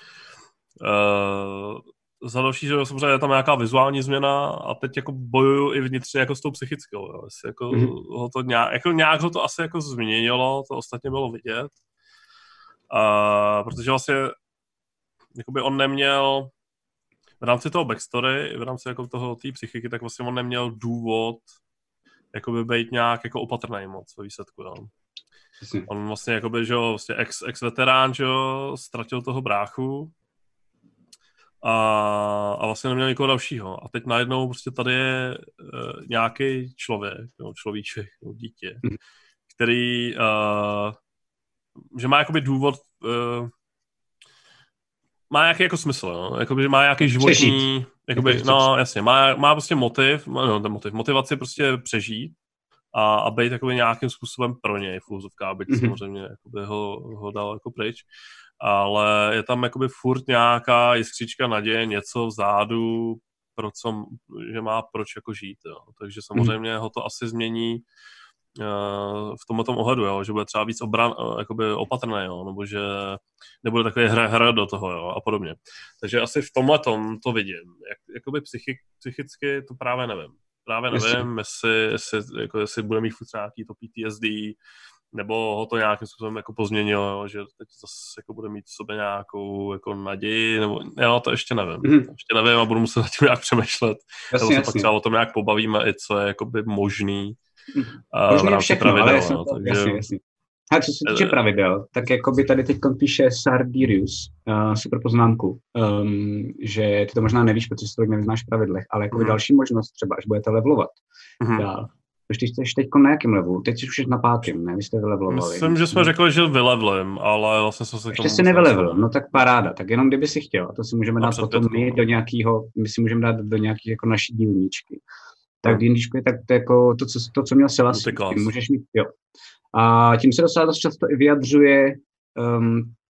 Uh, Za další, že samozřejmě je tam nějaká vizuální změna a teď jako bojuju i vnitřně jako s tou psychickou. Jo. Jako, mm-hmm. ho to nějak, jako nějak ho to asi jako změnilo, to ostatně bylo vidět. A, protože vlastně jakoby on neměl v rámci toho backstory, v rámci jako toho té psychiky, tak vlastně on neměl důvod jakoby být nějak jako opatrný moc ve výsledku. Jo. Mm-hmm. On vlastně jakoby, že jo, vlastně ex, ex-veterán, že jo, ztratil toho bráchu. A, a vlastně neměl nikoho dalšího. A teď najednou prostě tady je uh, nějaký člověk, no, človíček, no, dítě, mm. který, uh, že má jakoby důvod, uh, má nějaký jako smysl, no? Jakoby, že má nějaký životní, jakoby, no jasně, má, má prostě motiv, no, ten motiv, motivaci prostě přežít a, a být jakoby nějakým způsobem pro něj v úzovkách, byť mm-hmm. samozřejmě jakoby ho, ho dal jako pryč. Ale je tam jakoby furt nějaká jiskřička naděje, něco vzadu, pro co, že má proč jako žít. Jo. Takže samozřejmě ho to asi změní uh, v tomhle tom ohledu, jo, že bude třeba víc obran, uh, jakoby opatrný, jo, nebo že nebude takový hra, hra do toho jo, a podobně. Takže asi v tomhle tom to vidím. Jak, jakoby psychik, psychicky to právě nevím. Právě nevím, jestli, jestli, jako, jestli bude mít furt nějaký to P T S D, nebo ho to nějakým způsobem jako pozměnilo, že teď zase jako bude mít v sobě nějakou jako naději, nebo jo, to ještě nevím. Mm. Ještě nevím a budu muset nad tím nějak přemýšlet. Jasně, nebo se pak třeba o tom nějak pobavíme i co je jakoby možný. Mm. Uh, možný všechno, pravidel, ale no, takže... jasně, jasně. A co se týče pravidel, tak jakoby tady teď píše Sardirius, uh, super poznámku, um, že ty to možná nevíš, protože si to nevyznáš v pravidlech, ale jakoby mm. další možnost třeba, až budete levelovat mm. dál. Protože ty jsi teď na jakém levelu? Teď jsi už na pátém, ne? Vy jste vylevlovali. Myslím, že jsme řekli, že vylevlím, ale vlastně jsem se k tomu... Ještě si nevylevil, no tak paráda. Tak jenom kdyby si chtěl, a to si můžeme dát potom my do nějakého, my si můžeme dát do nějakých jako naší dílničky. Tak v dílničku je tak to, jako to, co, to, co měl Selassie. Můžeš mít, jo. A tím se docela dost často i vyjadřuje um,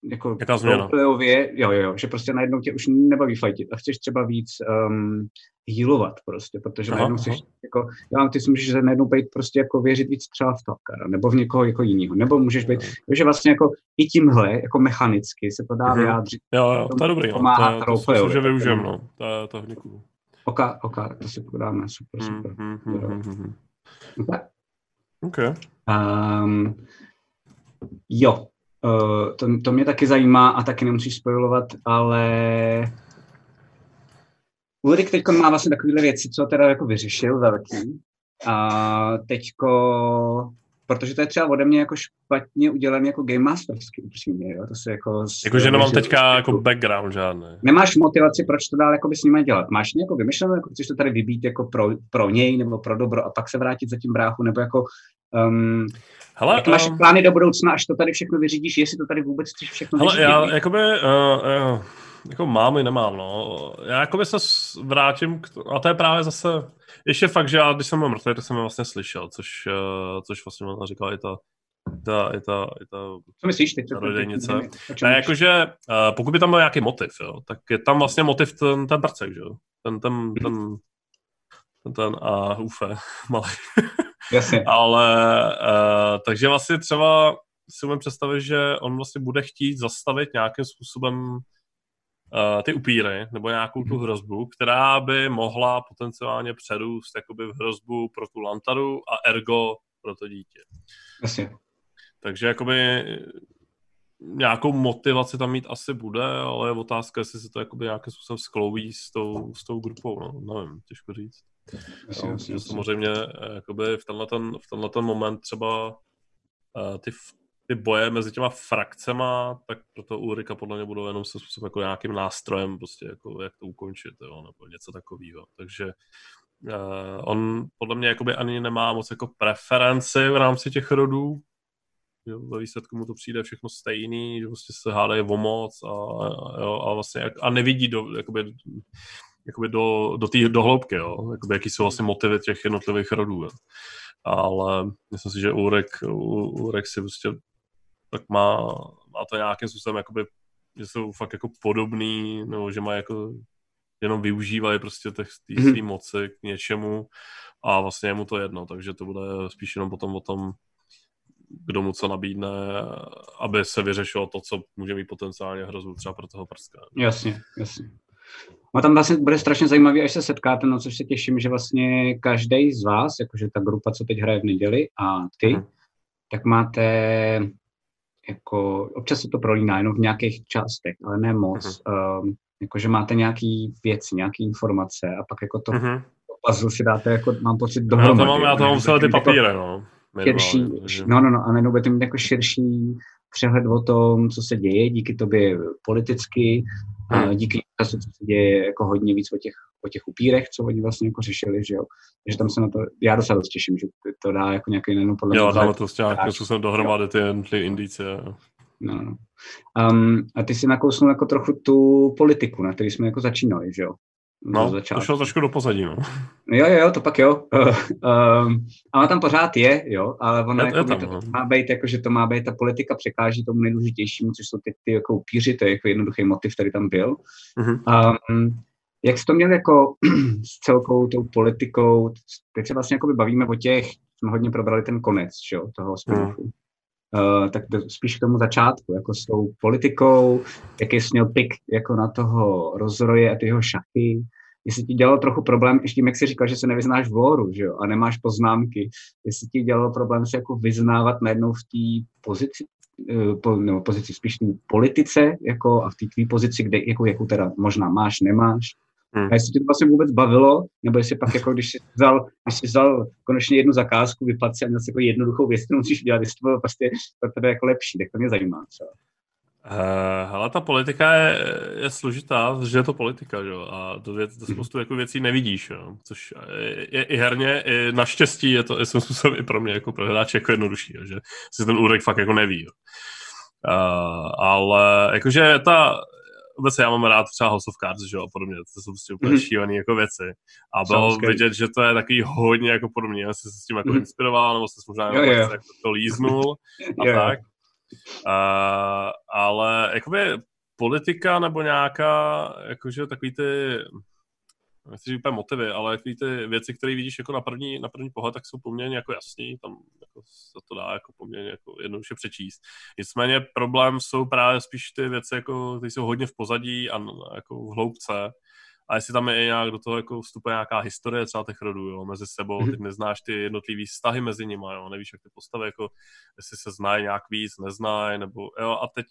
jako roleplayově, jo, jo, jo, že prostě najednou tě už nebaví fightit a chceš třeba víc um, healovat prostě, protože aha, najednou chceš, jako, já, ty si můžeš najednou být prostě jako věřit víc třeba v Talkara, nebo v někoho jako jinýho, nebo můžeš být, že vlastně jako i tímhle, jako mechanicky se to dá mm-hmm. vyjádřit. Jo, jo, to je dobrý, no. to, to, to myslím, že využijem, no, to je to hodně cool. Ok, ok, to si podáme, super, super. Mm-hmm, mm-hmm. Okay. Okay. Um, jo, uh, to, to mě taky zajímá a taky nemusíš spojovat, ale Ulrik teďko má vlastně takovéhle věci, co teda jako vyřešil velký a teďko, protože to je třeba ode mě jako špatně udělaný jako game mastersky upřímně, jo, to se jako... Jakože nemám teďka jako background žádný. Nemáš motivaci, proč to dál jako s nimi dělat. Máš nějakou vymyšlenou, jako chceš to tady vybít jako pro, pro něj nebo pro dobro a pak se vrátit za tím bráchu, nebo jako... Um, Hele, jak máš um, plány do budoucna, až to tady všechno vyřídíš, jestli to tady vůbec chceš všechno hele, vyřídit? Já jakoby, uh, uh, jako mám i nemám, no. Já jakoby se vrátím, k to, a to je právě zase, ještě fakt, že já, když jsem byl mrtvý, to jsem vlastně slyšel, což, uh, což vlastně ona říkala i ta, ta, i ta, i ta, co myslíš teď? Rodejnice. Ne, jakože, uh, pokud by tam byl nějaký motiv, jo, tak je tam vlastně motiv ten, ten prcek, že jo, ten, ten, ten, ten, ten a ufe, malý. Jasně. Ale, uh, takže vlastně třeba si umím představit, že on vlastně bude chtít zastavit nějakým způsobem uh, ty upíry, nebo nějakou tu hrozbu, která by mohla potenciálně předůst jakoby v hrozbu pro tu Lantaru a ergo pro to dítě. Jasně. Takže jakoby nějakou motivaci tam mít asi bude, ale je otázka, jestli se to jakoby nějakým způsobem skloubí s tou, s tou grupou, no, nevím, těžko říct. Jasně, no, jasně, jasně. Samozřejmě jakoby v tenhle ten, v tenhle ten moment třeba uh, ty, ty boje mezi těma frakcema, tak pro to Ulrika podle mě budou jenom se způsobem jako nějakým nástrojem, prostě jako jak to ukončit, jo, nebo něco takového. Takže uh, on podle mě jakoby ani nemá moc jako preferenci v rámci těch rodů. Jo, ve výsledku mu to přijde všechno stejný, že prostě se hádají o moc a, jo, a vlastně a nevidí do, jakoby, jakoby do, do té dohloubky, jo, jakoby, jaký jsou vlastně motivy těch jednotlivých rodů. Jo. Ale myslím si, že Ulrik, Ulrik si prostě tak má, má to nějakým způsobem, jakoby, že jsou fakt jako podobný, nebo že má jako jenom využívají prostě té mm-hmm. své moci k něčemu a vlastně je mu to jedno, takže to bude spíš jenom potom o tom, kdo mu co nabídne, aby se vyřešilo to, co může mít potenciálně hrozbu třeba pro toho prska. Jasně, jasně. A tam vlastně bude strašně zajímavé, až se setkáte, na což se těším, že vlastně každý z vás, jakože ta grupa, co teď hraje v neděli a ty, hmm. tak máte jako, občas se to prolíná jenom v nějakých částech, ale ne moc, hmm. um, jakože máte nějaký věci, nějaký informace a pak jako to hmm. puzzle si dáte, jako mám pocit dohromady. Já to mám, já to mám celé ty papíry, no. Širší, no, no, no, a najednou budete mít jako širší přehled o tom, co se děje, díky tobě politicky, hmm. a díky tomu, co se děje jako hodně víc o těch, o těch upírech, co oni vlastně jako řešili, že jo. Takže tam se na to, já docela dost těším, že to dá jako nějaký najednou podle mě. Jo, dáme to s nějakým způsobem dohromady ty, ty indicie. No, no. Um, a ty si nakousnul jako trochu tu politiku, na který jsme jako začínali, že jo. No, to šlo trošku do pozadí, no. Jo, jo, jo, to pak jo. Uh, um, ale tam pořád je, jo, ale ono je, jako je tam, to no. má být, jako, že to má být, ta politika překáží tomu nejdůležitějšímu, což jsou ty, ty jako upíři, to je jako jednoduchý motiv, který tam byl. Uh-huh. Um, jak jsi to měl jako s celkou tou politikou, teď se vlastně jako bavíme o těch, jsme hodně probrali ten konec, jo, toho spin-offu. Uh-huh. Uh, tak to spíš k tomu začátku, jako s tou politikou, jaký jsi měl pik jako na toho Rozroje a ty jeho šachy, jestli ti dělalo trochu problém, ještě tím, jak jsi říkal, že se nevyznáš v lóru, že jo, a nemáš poznámky, jestli ti dělalo problém se jako vyznávat najednou v té pozici, uh, po, nebo pozici spíš v té politice, jako a v té tvý pozici, kde, jako, jakou teda možná máš, nemáš. Hmm. A jestli ti to vlastně vůbec bavilo, nebo jestli pak, jako, když jsi vzal, když jsi vzal konečně jednu zakázku, vyplat si a měl jsi jako jednoduchou věc, kterou musíš dělat, jestli to bylo prostě pro tebe jako lepší, tak to mě zajímá. Co? Uh, hele, ta politika je, je složitá, že je to politika, že jo, a to, věc, to spoustu jako věcí nevidíš, jo, což je, je i herně, i naštěstí je to svým způsobem i pro mě, jako pro hráče, jako jednodušší, jo, že si ten Ulrik fakt jako neví, jo. Uh, ale jakože ta vůbec já mám rád třeba House of Cards, že jo, a podobně, to jsou prostě úplně mm-hmm. šílený jako věci. A bylo Sounds vidět, že to je takový hodně jako podobně, jestli se s tím jako mm-hmm. inspiroval, nebo jsi možná jo, jo. jako to líznul a jo, tak. Uh, ale jakoby politika nebo nějaká, jakože takový ty, nechci říct úplně motivy, ale takový ty věci, které vidíš jako na první, na první pohled, tak jsou poměrně jako jasný, tam jako se to dá jako poměrně jako jednoduše přečíst. Nicméně problém jsou právě spíš ty věci, jako, které jsou hodně v pozadí a jako v hloubce. A jestli tam je nějak do toho jako vstupuje nějaká historie třeba těch rodů, jo, mezi sebou, teď neznáš ty jednotlivý vztahy mezi nimi, jo, nevíš, jak ty postavy, jako, jestli se znají nějak víc, neznají, nebo jo, a teď,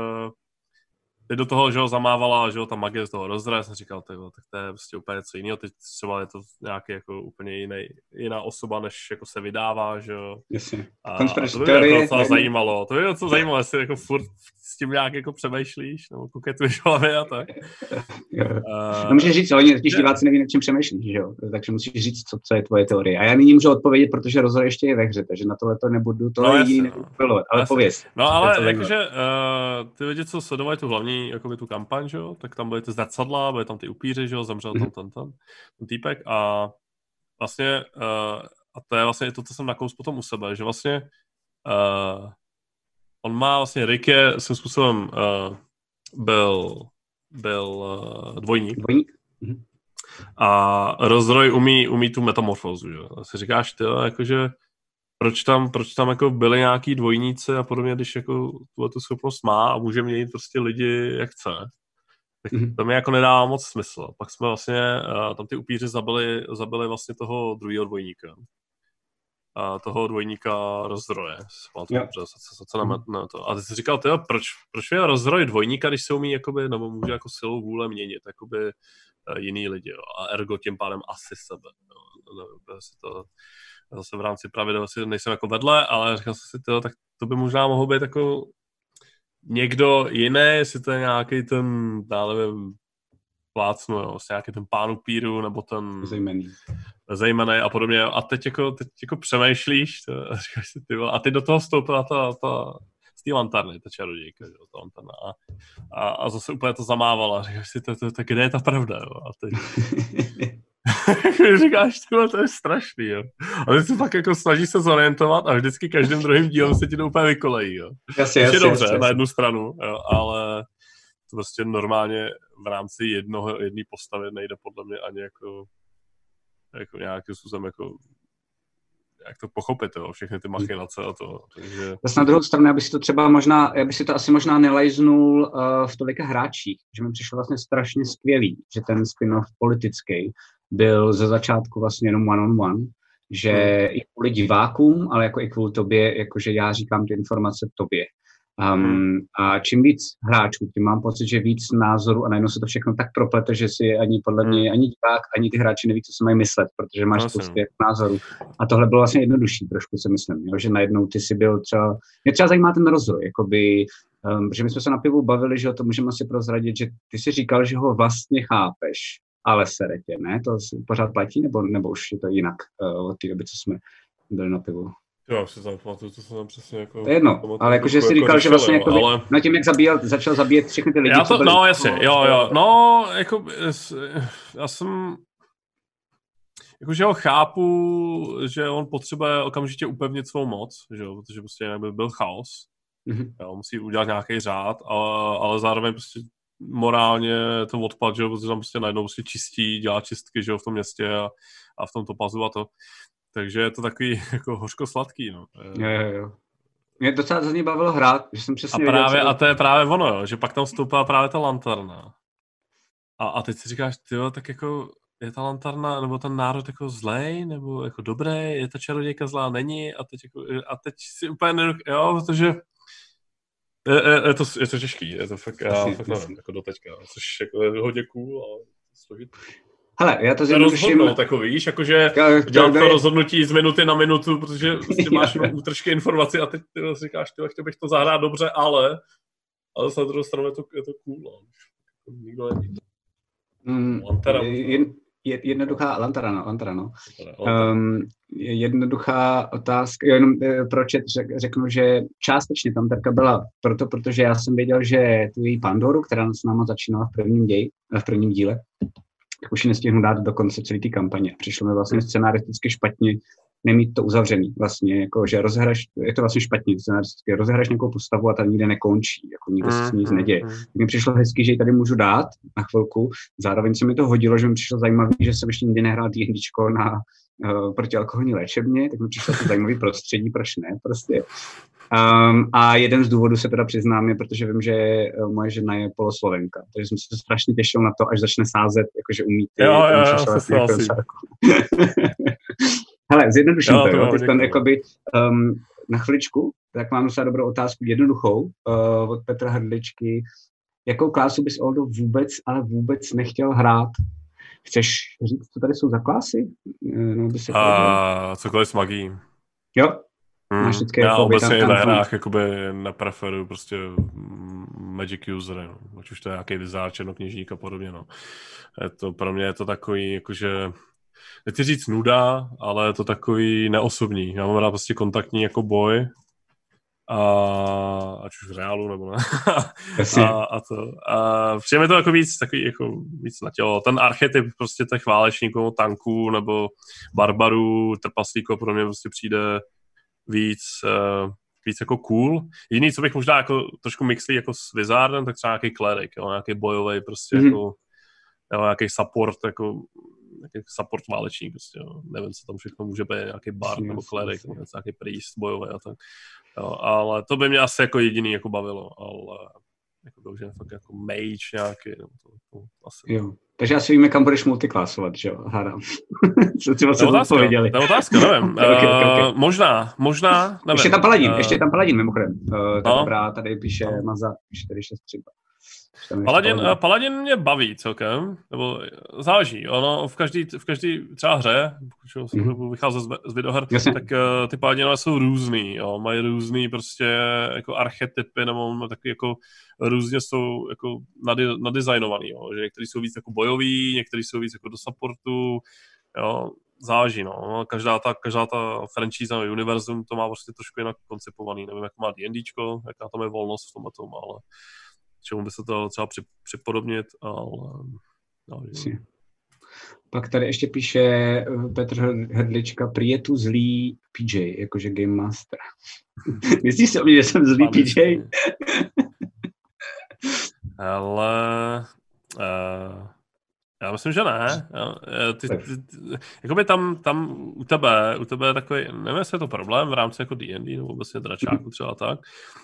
teď do toho, že ho zamávala, že ho ta magie z toho rozdra, jsem říkal, tak, tak to je prostě úplně něco jiného, teď třeba je to nějaký jako úplně jiný, jiná osoba, než jako se vydává, že jo. Jasně. A, a to by mě jako docela zajímalo, to by mě docela zajímalo, jestli jako furt s tím nějak jako přemýšlíš, nebo koketuješ hlavě a tak. Uh, no můžeš říct, oni totiž diváci neví, nad čím přemýšlíš, že jo, takže musíš říct, co, co je tvoje teorie. A já nyní můžu odpovědět, protože rozhovor ještě je ve hře, takže na tohle to nebudu, to no, jediný nebudu pilovat, ale pověz. No ale jakože uh, ty lidi, co sledovají tu hlavní, jakoby tu kampaň, že jo, tak tam byly ty zrcadla, byly tam ty upíři, že jo, zemřel tam ten, ten, ten týpek a vlastně, uh, a to je vlastně to, co jsem nakous potom u sebe, že vlastně uh, on má vlastně, Rick je svým způsobem uh, byl byl uh, dvojník. Dvojník? A Rozroj umí, umí tu metamorfózu, že? A si říkáš, ty, jakože proč tam, proč tam jako byli nějaký dvojníci a podobně, když jako tu schopnost má a může měnit prostě lidi jak chce. Tak mm-hmm. to mi jako nedává moc smysl. Pak jsme vlastně, uh, tam ty upíři zabili, zabili vlastně toho druhého dvojníka. A toho dvojníka Rozdroje. Yeah. Mm-hmm. To. A ty jsi říkal, tyjo, proč, proč je Rozdroj dvojníka, když se umí jakoby, nebo může jako silou vůle měnit jakoby, uh, jiný lidi, jo. A ergo tím pádem asi sebe. Jo. No, to, zase v rámci pravidel si nejsem jako vedle, ale říkal jsem si, tyjo, tak to by možná mohlo být jako někdo jiný, jestli to je nějaký ten, já nevím, plácnu, jo, vlastně nějaký ten pán upíru, nebo ten zejmený. zejmený a podobně. A teď jako, teď jako přemýšlíš to, a říkáš si, ty vole, a teď do toho vstoupila ta, ta z té lantarny, ta čarodějka, jo, ta lantarna. A, a, a zase úplně to zamávala. A říkáš si, to, to, to, kde je ta pravda, jo? A teď říkáš, tyhle, to je strašný, jo. A teď se tak jako snažíš se zorientovat a vždycky každým druhým dílem se ti to úplně vykolejí, jo. Jasně, jasně, dobře, jasně, na jednu stranu, jo, ale to prostě normálně v rámci jednoho, jedné postavy nejde podle mě ani jako, jako nějakým způsobem jako jak to pochopit, jo, všechny ty machinace a to. Takže... Na druhou stranu, já bych si to třeba možná, já bych si to asi možná nelajznul uh, v tolika hráčích, že mi přišlo vlastně strašně skvělý, že ten spin-off politický byl ze začátku vlastně jenom one-on-one, že hmm. i kvůli divákům, ale jako i kvůli tobě, jakože já říkám ty informace tobě. Um, hmm. A čím víc hráčů, tím mám pocit, že víc názorů a najednou se to všechno tak proplete, že si ani podle mě, hmm. ani divák, ani ty hráči neví, co se mají myslet, protože máš spoustu názorů. A tohle bylo vlastně jednodušší trošku, si myslím, jo? Že najednou ty si byl třeba, mě třeba zajímá ten rozvoj, jakoby, um, že my jsme se na pivu bavili, že to můžeme si prozradit, že ty si říkal, že ho vlastně chápeš, ale sere tě, ne? To pořád platí, nebo, nebo už je to jinak uh, od té doby, co jsme byli na pivu? Jo, si tam pamatuju, to jsem tam přesně jako... To je jedno, ale jakože jako, jsi říkal, jako že vlastně jako ale... na tím, jak zabíjel, začal zabíjet všechny ty lidi, já to, co byli... No, jasně, jo, jo, no, jako, já jsem... Jakože ho chápu, že on potřebuje okamžitě upevnit svou moc, že jo, protože prostě jinak by byl chaos. Mm-hmm. Jo, musí udělat nějaký řád, ale, ale zároveň prostě morálně to odpad, že jo, protože tam prostě najednou prostě čistí, dělá čistky, že jo, v tom městě a, a v tom topazu a to. Takže je to takový jako hořko-sladký, no. Jo, jo, jo. Mě docela za ní bavilo hrát, že jsem přesně a právě, věděl, a to je právě ono, jo, že pak tam vstoupila právě ta lantarna. A, a teď si říkáš, tyjo, tak jako je ta lantarna, nebo ten národ jako zlej, nebo jako dobrý, je ta čarodějka zlá, není, a teď, jako, a teď si úplně nedok... jo, protože je, je, je, to, je to těžký, je to fakt, já fakt nevím, jako doteďka, což jako je hodně cool a složitý. Hele, já to zjednoduším. Rozhodnout, jako víš, jakože dělat to rozhodnutí z minuty na minutu, protože ty máš útržky informací a teď ty říkáš, ty chtěl bych to zahrát dobře, ale ale na druhou stranu je to, je to cool, no. Nikdo neví. Mm, je, je, jednoduchá lantara, no, lantara, no. Um, jednoduchá otázka, jo, jenom pro chat řek, řeknu, že částečně tam Terka byla proto, protože já jsem věděl, že tu její Pandoru, která s náma začínala v prvním, ději, v prvním díle, tak už ji nestihnu dát do konce celé té kampaně. Přišlo mi vlastně scenaristicky špatně, nemít to uzavřený vlastně, jako, že rozhraješ, je to vlastně špatně, scenaristicky, rozhraješ nějakou postavu a ta nikde nekončí, jako nikde se s ní nic neděje. Mně přišlo hezky, že ji tady můžu dát na chvilku, zároveň se mi to hodilo, že mi přišlo zajímavý, že jsem ještě nikdy nehrál D&Dčko na uh, protialkoholní léčebně, tak mi přišlo to zajímavý prostředí, proč ne, prostě. Um, a jeden z důvodů se teda přiznám je, protože vím, že uh, moje žena je poloslovenka, takže jsem se strašně těšil na to, až začne sázet, jakože umí ty... Jo, jo, jo, se souhlasím. Hele, zjednoduším jo, to, jo, teď tam jakoby um, na chviličku, tak mám docela dobrou otázku, jednoduchou, uh, od Petra Hrdličky. Jakou klásu bys, Oldo, vůbec, ale vůbec nechtěl hrát? Chceš říct, co tady jsou za klásy? No, by se A cokoliv s magií. Jo? Hmm. Máš vždycky Já jako obecně ve hrách jakoby nepreferuju prostě magic usery, no. Ať už to je nějaký vizár, černokněžník a podobně, no. Je to, pro mě je to takový, jakože nechci říct nuda, ale je to takový neosobní. Já mám rád prostě kontaktní jako boj, a ať už v reálu, nebo ne. a, a to. A přijeme to jako víc, takový jako víc na tělo. Ten archetyp prostě těch válečníků, tanků, nebo barbarů, trpaslíků pro mě prostě přijde víc, uh, víc jako cool. Jediný, co bych možná jako trošku mixlí jako s Wizardem, tak třeba nějaký klerik, jo, nějaký bojový prostě mm-hmm. jako jo, nějaký support, jako nějaký support válečník, prostě, jo. Nevím, co tam všechno může být, nějaký bard yes, nebo klerik, yes, yes. nějaký priest bojový a tak. Jo, ale to by mě asi jako jediný jako bavilo, ale jako to už je fakt jako mage nějaký, no, to, to asi. Jo. Takže asi víme, kam budeš multiklasovat, že jo, hádám. Co si vlastně odpověděli. To je otázka, nevím. okay, okay, okay. Uh, možná, možná, nevím. Ještě tam paladin, uh, ještě tam paladin, mimochodem. Uh, no. Dobrá, tady píše no. Maza čtyři šest tři. Paladin, paladin. paladin mě baví celkem, nebo záleží, ono v každý, v každý třeba hře, pokud mm-hmm. vycházet z, z videoher, Jasně. tak uh, ty paladinové jsou různý, jo, mají různý prostě jako archetypy, nebo taky jako různě jsou jako nadi, nadizajnovaný, jo, že některý jsou víc jako bojoví, některý jsou víc jako do supportu, jo, záleží, no, každá ta, každá ta franchise nebo univerzum to má prostě trošku jinak koncipovaný, nevím, jak má D&Dčko, jaká tam je volnost v tomhle tom, ale čemu by se to třeba připodobnit, ale... No, pak tady ještě píše Petr Hrdlička, prý je tu zlý P J, jakože Game Master. Myslíš si o mě, že jsem zlý P J? Ale... Uh, já myslím, že ne. Ty, ty, ty, jakoby tam, tam u tebe, u tebe je takový, nevím, jestli je to problém v rámci jako D and D nebo vlastně dračáku třeba tak,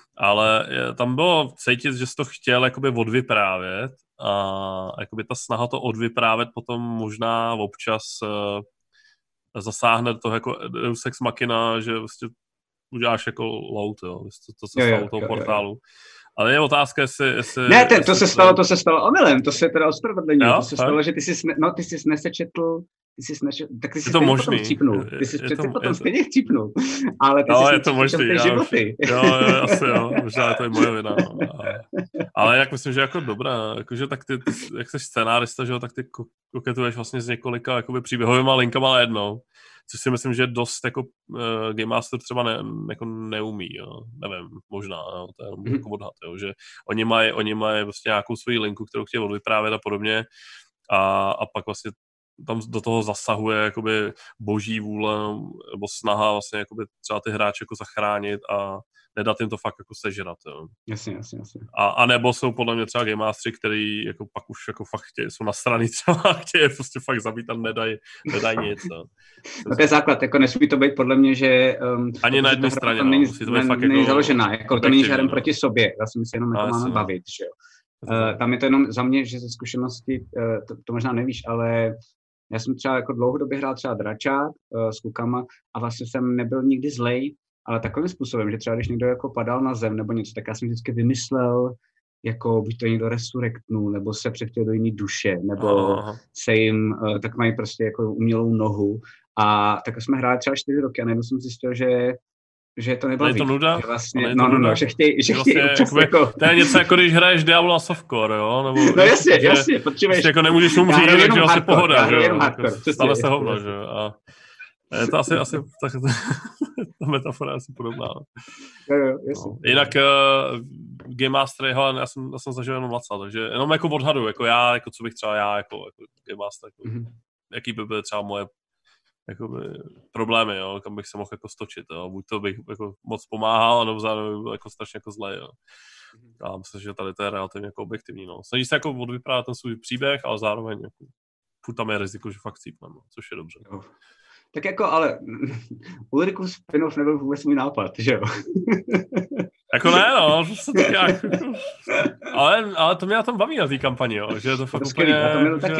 ale tam bylo cítit, že jsi to chtěl jakoby odvyprávět a jakoby ta snaha to odvyprávět potom možná občas uh, zasáhne do toho jako Deus Ex Machina, že vlastně uděláš jako load, jo, to, to co stalo toho portálu. Jo, jo. Ale je otázka, jestli... jestli ne, ten, to, se stalo, to se stalo omylem, to se teda ospravedlení. To se stalo, že ty jsi, no, ty jsi nesečetl, ty jsi nesečetl, tak ty jsi stejně potom chcípnul. Ty jsi je, je to, potom je stejně chcípnul. Ale ty no, jsi je to možný, ty životy. Jo, jo, asi jo, možná to je moje vina. No. Ale jak myslím, že jako dobrá, jakože tak ty, ty jak jsi scénárista, že jo, tak ty koketuješ vlastně s několika jakoby příběhovýma linkama najednou. Což si myslím, že dost jako uh, Game Master třeba ne, jako neumí, jo. Nevím, možná, jo. To je mm. jako odhad, jo. Že oni mají oni mají vlastně nějakou svoji linku, kterou chtějí odvyprávět a podobně a, a pak vlastně tam do toho zasahuje jakoby boží vůle nebo snaha vlastně jakoby třeba ty hráče jako zachránit a nedat jim to fakt jako sežrat, jo. Jasně, jasně, jasně. A, a nebo jsou podle mě třeba Game Mastery, který jako pak už jako fakt chtějí, jsou nasraný třeba, chtějí prostě fakt zabít a nedají nedaj nic, no. No to je základ, jako nesmí to být podle mě, že... Um, ani na jedné straně, no, není, musí to být ne, fakt není jako... založená, jako to není žádem no. proti sobě, vlastně se jenom jako máme bavit, že jo. Uh, tam je to jenom za mě, že ze zkušenosti, uh, to, to možná nevíš, ale já jsem třeba jako dlouhodobě hrál třeba dračák uh, s klukama a vlastně jsem nebyl nikdy zlej, ale takovým způsobem, že třeba když někdo jako padal na zem nebo něco, tak já jsem vždycky vymyslel, jako buď to někdo resurrektnul, nebo se přechtěl do jiný duše, nebo Aha. se jim, uh, tak mají prostě jako umělou nohu. A tak jsme hráli třeba čtyři roky a najednou jsem zjistil, že že to nebaví. Ale je to nuda? Že vlastně, no, no, no, že chtějí, že chtějí vlastně, občas jako... To je něco jako když hraješ Diablo a Softcore, jo? Nebo, no jasně, že, jasně, potřebuješ... Jako nemůžeš umřít, takže vlastně pohoda, že jo? Jenom hardcore, jako, stále se hovno, že jo? A je to asi, asi tak, ta metafora je asi podobná. Jo, jo, jasně. No. Jinak uh, Game Master, hele, já jsem, já jsem zažil jenom Laca, takže jenom jako odhadu, jako já, jako co bych třeba já, jako, jako Game Master, jako, mm-hmm. jaký by byly třeba moje jakoby, problémy, jo, kam bych se mohl jako stočit. Jo. Buď to bych jako moc pomáhal, nebo zároveň byl jako strašně jako zlej. Jo. Já myslím, že tady to je relativně jako objektivní. No. Snaží se jako odvyprávět ten svůj příběh, ale zároveň jako, furt tam je riziko, že fakt cípnem, no, což je dobře. Jo. Tak jako, ale Ulrikův spin-off nebyl vůbec můj nápad, že jo? Jako ne, no, to se tak nějak, ale, ale to mě na tom baví na té kampani, jo, že je to fakt to úplně, já to měl že, taky.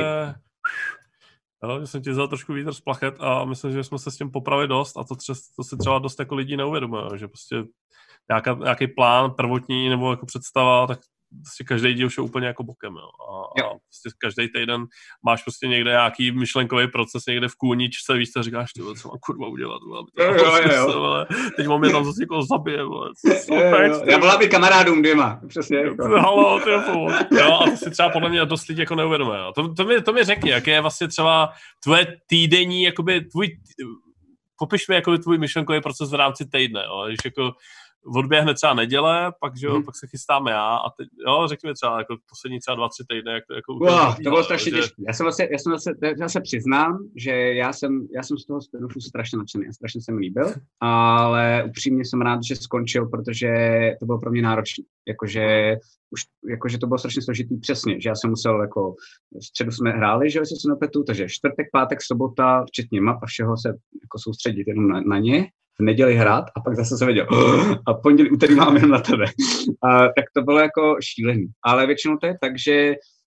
Jo, že jsem ti vzal trošku vítr z plachet a myslím, že jsme se s tím popravili dost a to, třes, to si třeba dost jako lidí neuvědomuje, že prostě nějaká, nějaký plán prvotní nebo jako představa, tak prostě každý díl už je úplně jako bokem, jo. A, a prostě každý týden máš prostě někde nějaký myšlenkový proces někde v kůničce, víš, co říkáš, ty, co mám kurva udělat, aby to jo, jo, jo. Smysl, teď mám je tam zase někoho zabije, vole. Já volám i kamarádům dvěma, přesně. Halo, ty jo, a to si třeba podle mě dost lidí jako neuvědomuje. To, to, mi, to mi řekni, jaké je vlastně třeba tvoje týdenní, jakoby tvůj, popiš mi jakoby tvůj myšlenkový proces v rámci týdne, jo, když jako odběhne třeba neděle, pak, že jo, hmm. pak se chystáme já a teď, jo, řekni mi třeba jako poslední třeba dva, tři týdny, jak to jako... Wow, to bylo strašně že... těžké. Já jsem vlastně, já jsem vlastně, já se přiznám, že já jsem, já jsem z toho spin-offu strašně nadšený a strašně se mi líbil, ale upřímně jsem rád, že skončil, protože to bylo pro mě náročné. Jakože, už, jakože to bylo strašně složitý přesně, že já jsem musel jako, v středu jsme hráli, že jo, jestli se nepletu, takže čtvrtek, pátek, sobota, včetně map a všeho se jako soustředit jenom na, na ně. V neděli hrát a pak zase se věděl a pondělí, úterý mám jenom na tebe. A, tak to bylo jako šílený. Ale většinou to je tak, že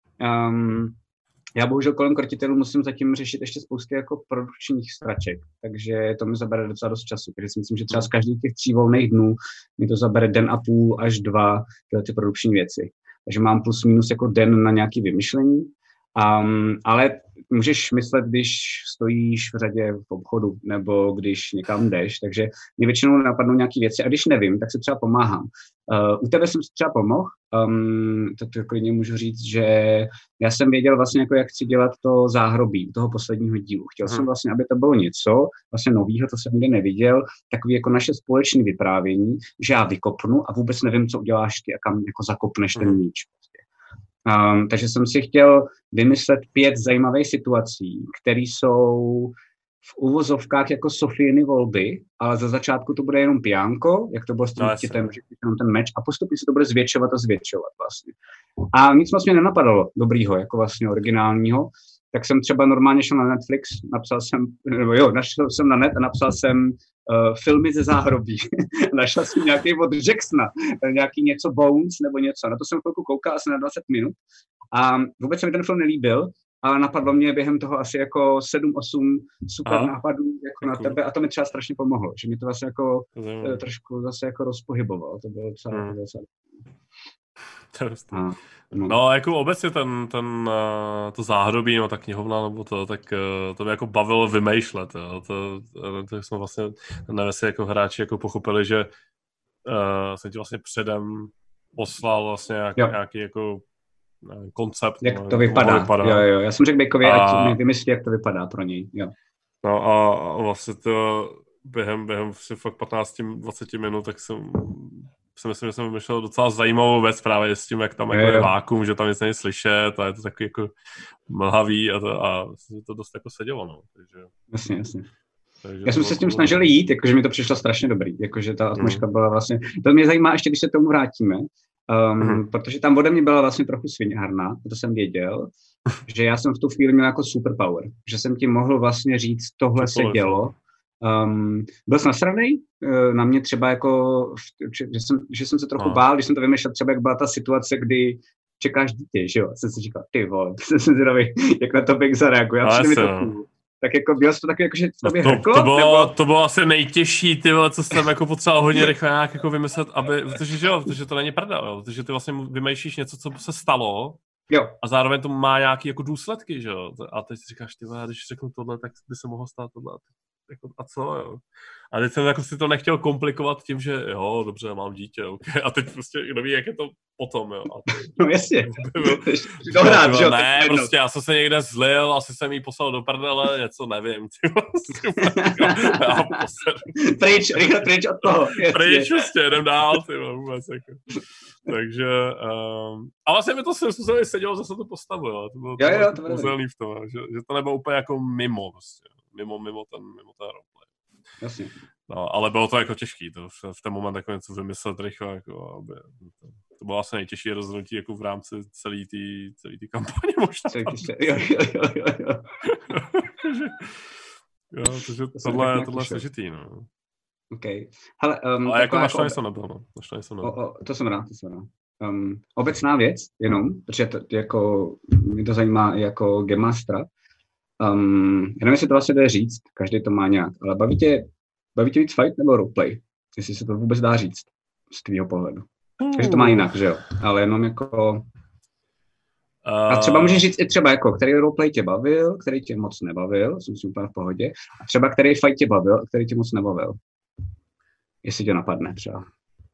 um, já bohužel kolem krotitelů musím zatím řešit ještě spousty jako produkčních straček, takže to mi zabere docela dost času. Takže si myslím, že třeba z každých těch tří volných dnů mi to zabere den a půl až dva tyhle ty produkční věci. Takže mám plus minus jako den na nějaké vymyšlení. Um, ale můžeš myslet, když stojíš v řadě v obchodu nebo když někam jdeš, takže mě většinou napadnou nějaké věci a když nevím, tak si třeba pomáhám. Uh, u tebe jsem si třeba pomohl, um, to, to klidně můžu říct, že já jsem věděl vlastně, jako jak chci dělat to záhrobí toho posledního dílu. Chtěl hmm. jsem vlastně, aby to bylo něco vlastně novýho, to jsem nikdy neviděl, takový jako naše společné vyprávění, že já vykopnu a vůbec nevím, co uděláš ty a kam jako zakopneš hmm. ten míč. Um, takže jsem si chtěl vymyslet pět zajímavých situací, které jsou v uvozovkách jako Sofíny volby, ale za začátku to bude jenom piánko, jak to bylo s tím dítětem, že jenom ten meč a postupně se to bude zvětšovat a zvětšovat vlastně. A nic moc mě nenapadalo dobrýho, jako vlastně originálního, tak jsem třeba normálně šel na Netflix, napsal jsem, nebo jo, našel jsem na net a napsal jsem uh, filmy ze záhrobí. Našel jsem nějaký od Jacksona, nějaký něco Bones nebo něco. Na to jsem chvilku koukal asi na dvacet minut a vůbec se mi ten film nelíbil, ale napadlo mě během toho asi jako sedm osm super Aha. nápadů jako na tebe a to mi třeba strašně pomohlo, že mi to vlastně jako uh, trošku zase jako rozpohybovalo. To bylo třeba... Hmm. To a, no. no, jako obecně ten, ten, to záhrobí, no ta knihovna, nebo to, tak to mě jako bavilo vymýšlet, jo. To, to jsme vlastně, nevím, jestli jako hráči jako pochopili, že uh, jsem ti vlastně předem poslal vlastně nějaký, nějaký jako nevím, koncept. Jak no, to vypadá. vypadá. Jo, jo, já jsem řekl Bejkovi, a... ať mi vymyslí, jak to vypadá pro něj, jo. No a, a vlastně to během, během fakt patnáct dvacet minut, tak jsem si myslím, že jsem vymyšlel docela zajímavou věc právě s tím, jak tam jako je vákuum, že tam nic není slyšet a je to takový jako mlhavý a to, a to dost jako sedělo, no. Takže, jasně, jasně. Takže já jsem se s tím bylo... snažil jít, jakože mi to přišlo strašně dobrý, jakože ta atmosféra mm. byla vlastně, to mě zajímá ještě, když se tomu vrátíme, um, mm. protože tam ode mě byla vlastně trochu sviňárna, to jsem věděl, že já jsem v tu chvíli měl jako superpower, že jsem ti mohl vlastně říct, tohle se dělo. Um, byl jsem nasranej, uh, na mě třeba jako, že jsem, že jsem se trochu no. bál, když jsem to vymýšlel, třeba jak byla ta situace, kdy čekáš dítě, že jo, jsem si říkal, ty vole, jsem si zvědavý, jak na to Bejk zareaguje, a přijde mi to cool. Tak jako byl jsi to taky jako, že to, to, to, bylo, nebo... to bylo asi nejtěžší, ty vole, co jsem jako potřeboval hodně rychle nějak jako vymyslet, aby, protože, že jo, protože to není pravda, jo, protože ty vlastně vymýšlíš něco, co se stalo, jo. A zároveň to má nějaký jako důsledky, že jo, a teď si říkáš, ty vole, když řeknu tohle, tak by se mohlo stát tohle. Jako, a co, jo. A teď jsem jako si to nechtěl komplikovat tím, že jo, dobře, mám dítě, okay. A teď prostě kdo ví, jak je to potom, jo. A to, no jasně. Dohrát, že jo. Ne, prostě já jsem se někde zlil, asi jsem jí poslal do prdele, něco nevím. Pryč, rychle pryč od toho. Pryč, prostě, jdem dál, ty vůbec, jako. Takže, um, a vlastně mi to se způsobem sedělo zase to postavu, jo. To bylo, jo, jo, to bylo v tom, že, že to nebylo úplně jako mimo, prostě. mimo, mimo ten, mimo ten roleplay. Jasně. No, ale bylo to jako těžký, to v, v ten moment jako něco vymyslet rychle, jako, aby, to, to bylo asi nejtěžší rozhodnutí jako v rámci celé té celý kampaně možná. Celý ty, jo, jo, jo, jo, jo. jo, takže to tohle, tohle je složitý, no. OK. Hele, um, ale jako naštvaný jsem nebyl, no. Naštvaný jsem nebyl. O, o, to jsem rád, to jsem rád. Um, obecná věc, jenom, protože to, jako, mě to zajímá jako Game Mastera. Um, já nevím, jestli to vlastně jde říct, každý to má nějak, ale baví tě, baví tě víc fight nebo roleplay? Jestli se to vůbec dá říct z tvýho pohledu. Takže to má jinak, že jo? Ale jenom jako... A třeba můžeš říct i třeba jako, který roleplay tě bavil, který tě moc nebavil, jsem si úplně v pohodě, a třeba který fight tě bavil a který tě moc nebavil. Jestli tě napadne třeba.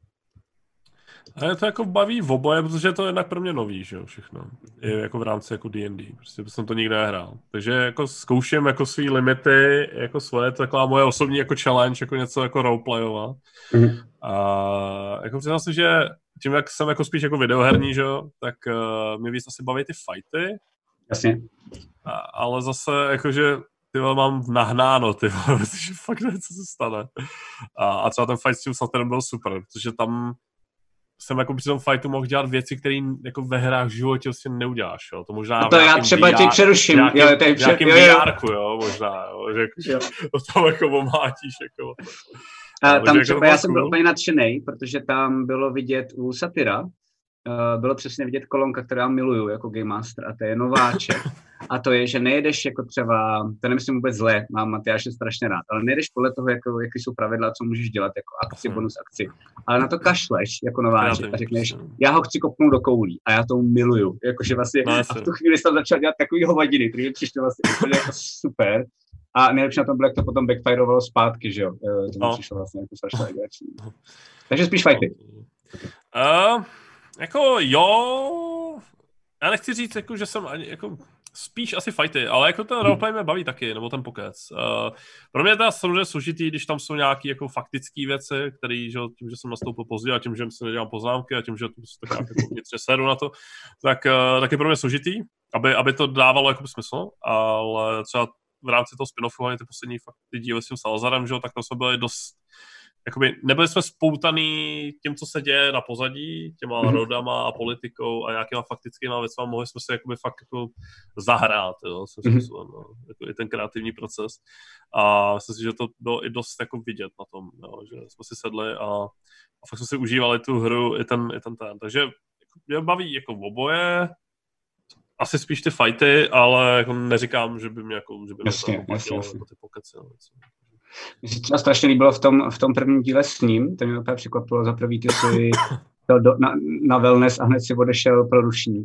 A to jako baví v oboje, protože je to jednak pro mě nový, že jo, všechno. I jako v rámci jako D and D, prostě jsem to nikdy nehrál. Takže jako zkouším jako svý limity, jako svoje, to taková moje osobní jako challenge, jako něco jako roleplayovat. Mm-hmm. A jako přiznám si, že tím, jak jsem jako spíš jako videoherní, že jo, tak uh, mě víc asi baví ty fighty. Jasně. A, ale zase jakože ty mám nahnáno, ty protože fakt nevím, co se stane. A, a třeba ten fight s tím Satyrem byl super, protože tam jsem jako při tom fightu mohl dělat věci, které jako ve hrách v životě vlastně neuděláš, jo. To možná to já třeba tě přeruším. Nějakým, jo, tady před, nějakým jo, jo. V R ku, jo, možná, jo, že jo. To tam jako omlátíš, jako. A tam jako třeba já jsem byl úplně nadšenej, protože tam bylo vidět u Satyra, uh, bylo přesně vidět kolonka, kterou já miluju jako Game Master, a to je nováček. A to je, že nejedeš jako třeba, to nemyslím vůbec zle, mám Matyáše strašně rád, ale nejedeš podle toho, jako, jaký jsou pravidla, co můžeš dělat, jako akci, bonus akci. Ale na to kašleš jako nováček a řekneš, já ho chci kopnout do koulí a já to miluju. Jakože vlastně a v tu chvíli jsem začal dělat takový hovadiny, který mi přišlo vlastně úplně jako super. A nejlepší na tom bylo, jak to potom backfirovalo zpátky, že jo. To mi no. přišlo vlastně jako strašně legrační. Takže spíš fighty. Uh, jako jo, já nechci říct, jako, že jsem ani, jako, spíš asi fighty, ale jako ten roleplay mě baví taky, nebo ten pokec. Uh, pro mě je to samozřejmě složitý, když tam jsou nějaké jako faktické věci, které, že tím, že jsem nastoupil pozdě a tím, že si nedělám poznámky a tím, že to tak jako vnitřně sedu na to, tak, uh, tak je pro mě složitý, aby, aby to dávalo jako smysl, ale třeba v rámci toho spin-offu, ani ty poslední fakt, ty díly s tím Salazarem, že jo, tak to jsme byli dost, jakoby, nebyli jsme spoutaný tím, co se děje na pozadí, těma mm-hmm. rodama a politikou a nějakýma faktickýma věcma, mohli jsme se jakoby fakt jako zahrát, jo, jsem mm-hmm. způsobem, no, jako i ten kreativní proces. A myslím si, že to bylo i dost jako vidět na tom, jo, že jsme si sedli a, a fakt jsme si užívali tu hru, i ten, i ten ten. Takže jako, mě baví jako oboje, asi spíš ty fighty, ale jako neříkám, že by mě jako, že by jasně, mě to jasně, jasně. jako ty pokeci. Mně se třeba strašně líbilo v tom, v tom prvním díle s ním, to mě úplně překvapilo, za prvý ty si do, na, na wellness a hned si odešel pro rušník.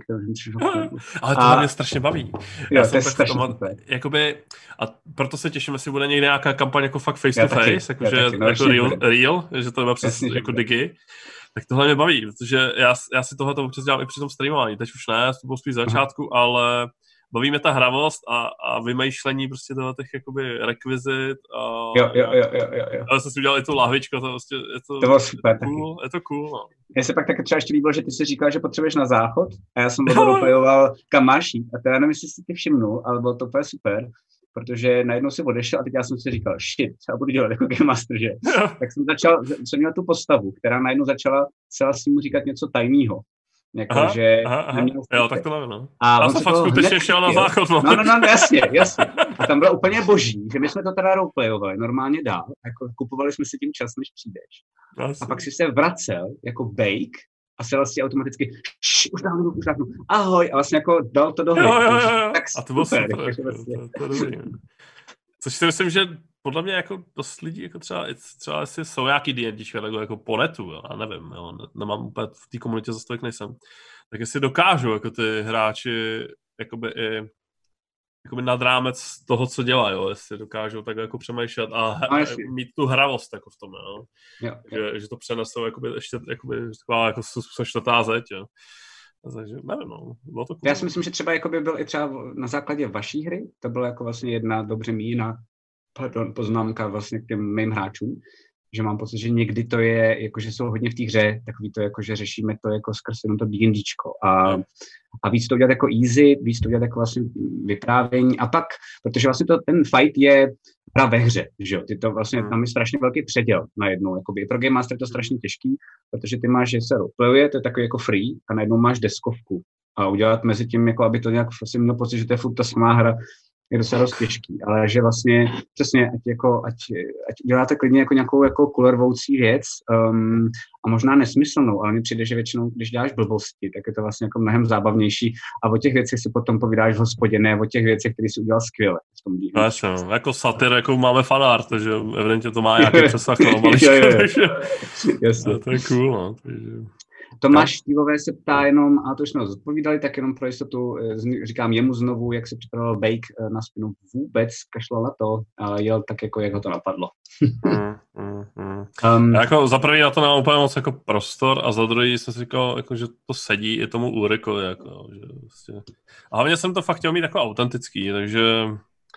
Ale to a... mě strašně baví. Jo, to je strašně jakoby, a proto se těším, jestli bude někde nějaká kampaň jako fakt face to face, jakože no, jako real, real, že to je přes jako digi. Tak tohle mě baví, protože já, já si tohle občas dělám i při tom streamování. Teď už ne, to bylo spíš začátku, ale baví mě ta hravost a, a vymýšlení prostě toho těch jakoby rekvizit. A, jo, jo, jo, jo, jo. Ale jsem si udělal i tu lahvičku, to, prostě, je to, to bylo super. Je to cool, je to cool, no. Mně se pak taky třeba ještě líbilo, že ty si říkal, že potřebuješ na záchod a já jsem roleplayoval kam máš jít. A to já nevím, jestli jsi ty všimnul, ale bylo to úplně super. Protože najednou si odešel a teď já jsem si říkal, shit, co já budu dělat jako Game Master, že? Jo. Tak jsem začal, jsem měl tu postavu, která najednou začala celá s ním říkat něco tajného. Jako, aha, že aha, aha. Jo, tak to nevím, no. A já jsem fakt skutečně šel na záchod. No, no, no, jasně, jasně. A tam bylo úplně boží, že my jsme to teda roleplayovali normálně dál, jako kupovali jsme si tím čas, než přijdeš. Jasně. A pak si se vracel jako bake a se vlastně automaticky šš, už dávno, už dávno, ahoj, a vlastně jako dal to do hry. Jo, jo, jo. Tak a to bylo super. super Jako, vlastně. to, to, to dobrý. Což si myslím, že podle mě jako dost lidí, jako třeba, třeba jestli jsou nějaký D&Dčka takhle jako po netu, jo, já nevím, jo, nemám úplně v té komunitě zase tolik nejsem, tak jestli dokážou jako ty hráči jakoby i jakoby nad rámec toho, co dělají, jo, jestli dokážou tak jako přemýšlet a no, mít tu hravost jako v tom, jo. Jo, že, jo. že to přenesou jakoby ještě jakoby taková jako čtvrtá zeď, jo. Takže nevím, no, bylo to cool. Já si myslím, že třeba jako by byl i třeba na základě vaší hry, to byla jako vlastně jedna dobře míněná pardon, poznámka vlastně k těm mým hráčům, že mám pocit, že někdy to je, jakože jsou hodně v té hře, takový to, jako, že řešíme to jako skrz jenom to D&Dčko a, a víc to udělat jako easy, víc to udělat jako vlastně vyprávění a pak, protože vlastně to, ten fight je hra ve hře, že jo, ty to vlastně, tam je strašně velký předěl najednou, jakoby i pro Game Master je to strašně těžký, protože ty máš, že se roleplayuje, to je takový jako free a najednou máš deskovku a udělat mezi tím, jako aby to nějak vlastně měl pocit, že to je furt ta samá hra, je docela dost těžký, ale že vlastně přesně, ať, jako, ať, ať děláte klidně jako nějakou jako kulervoucí věc um, a možná nesmyslnou, ale mně přijde, že většinou, když děláš blbosti, tak je to vlastně jako mnohem zábavnější a o těch věcech si potom povídáš v hospodě, ne o těch věcech, které jsi udělal skvěle v tom dílu. Vlastně, jako satyr, jako máme fanart, takže evidentně to má nějaký přesah, no, maličko, takže to je cool, no, takže... Tomáš Štívové se ptá jenom, a to už jsme ho zodpovídali, tak jenom pro jistotu říkám jemu znovu, jak se připravoval Bake na spinu, vůbec kašlal na to, ale jel tak, jako jak ho to napadlo. mm, mm, mm. Um, jako za první na to nemám úplně moc jako prostor a za druhý jsem si říkal, jako, že to sedí i tomu Ulrikovi. Jako, že vlastně... A hlavně jsem to fakt chtěl mít jako autentický, takže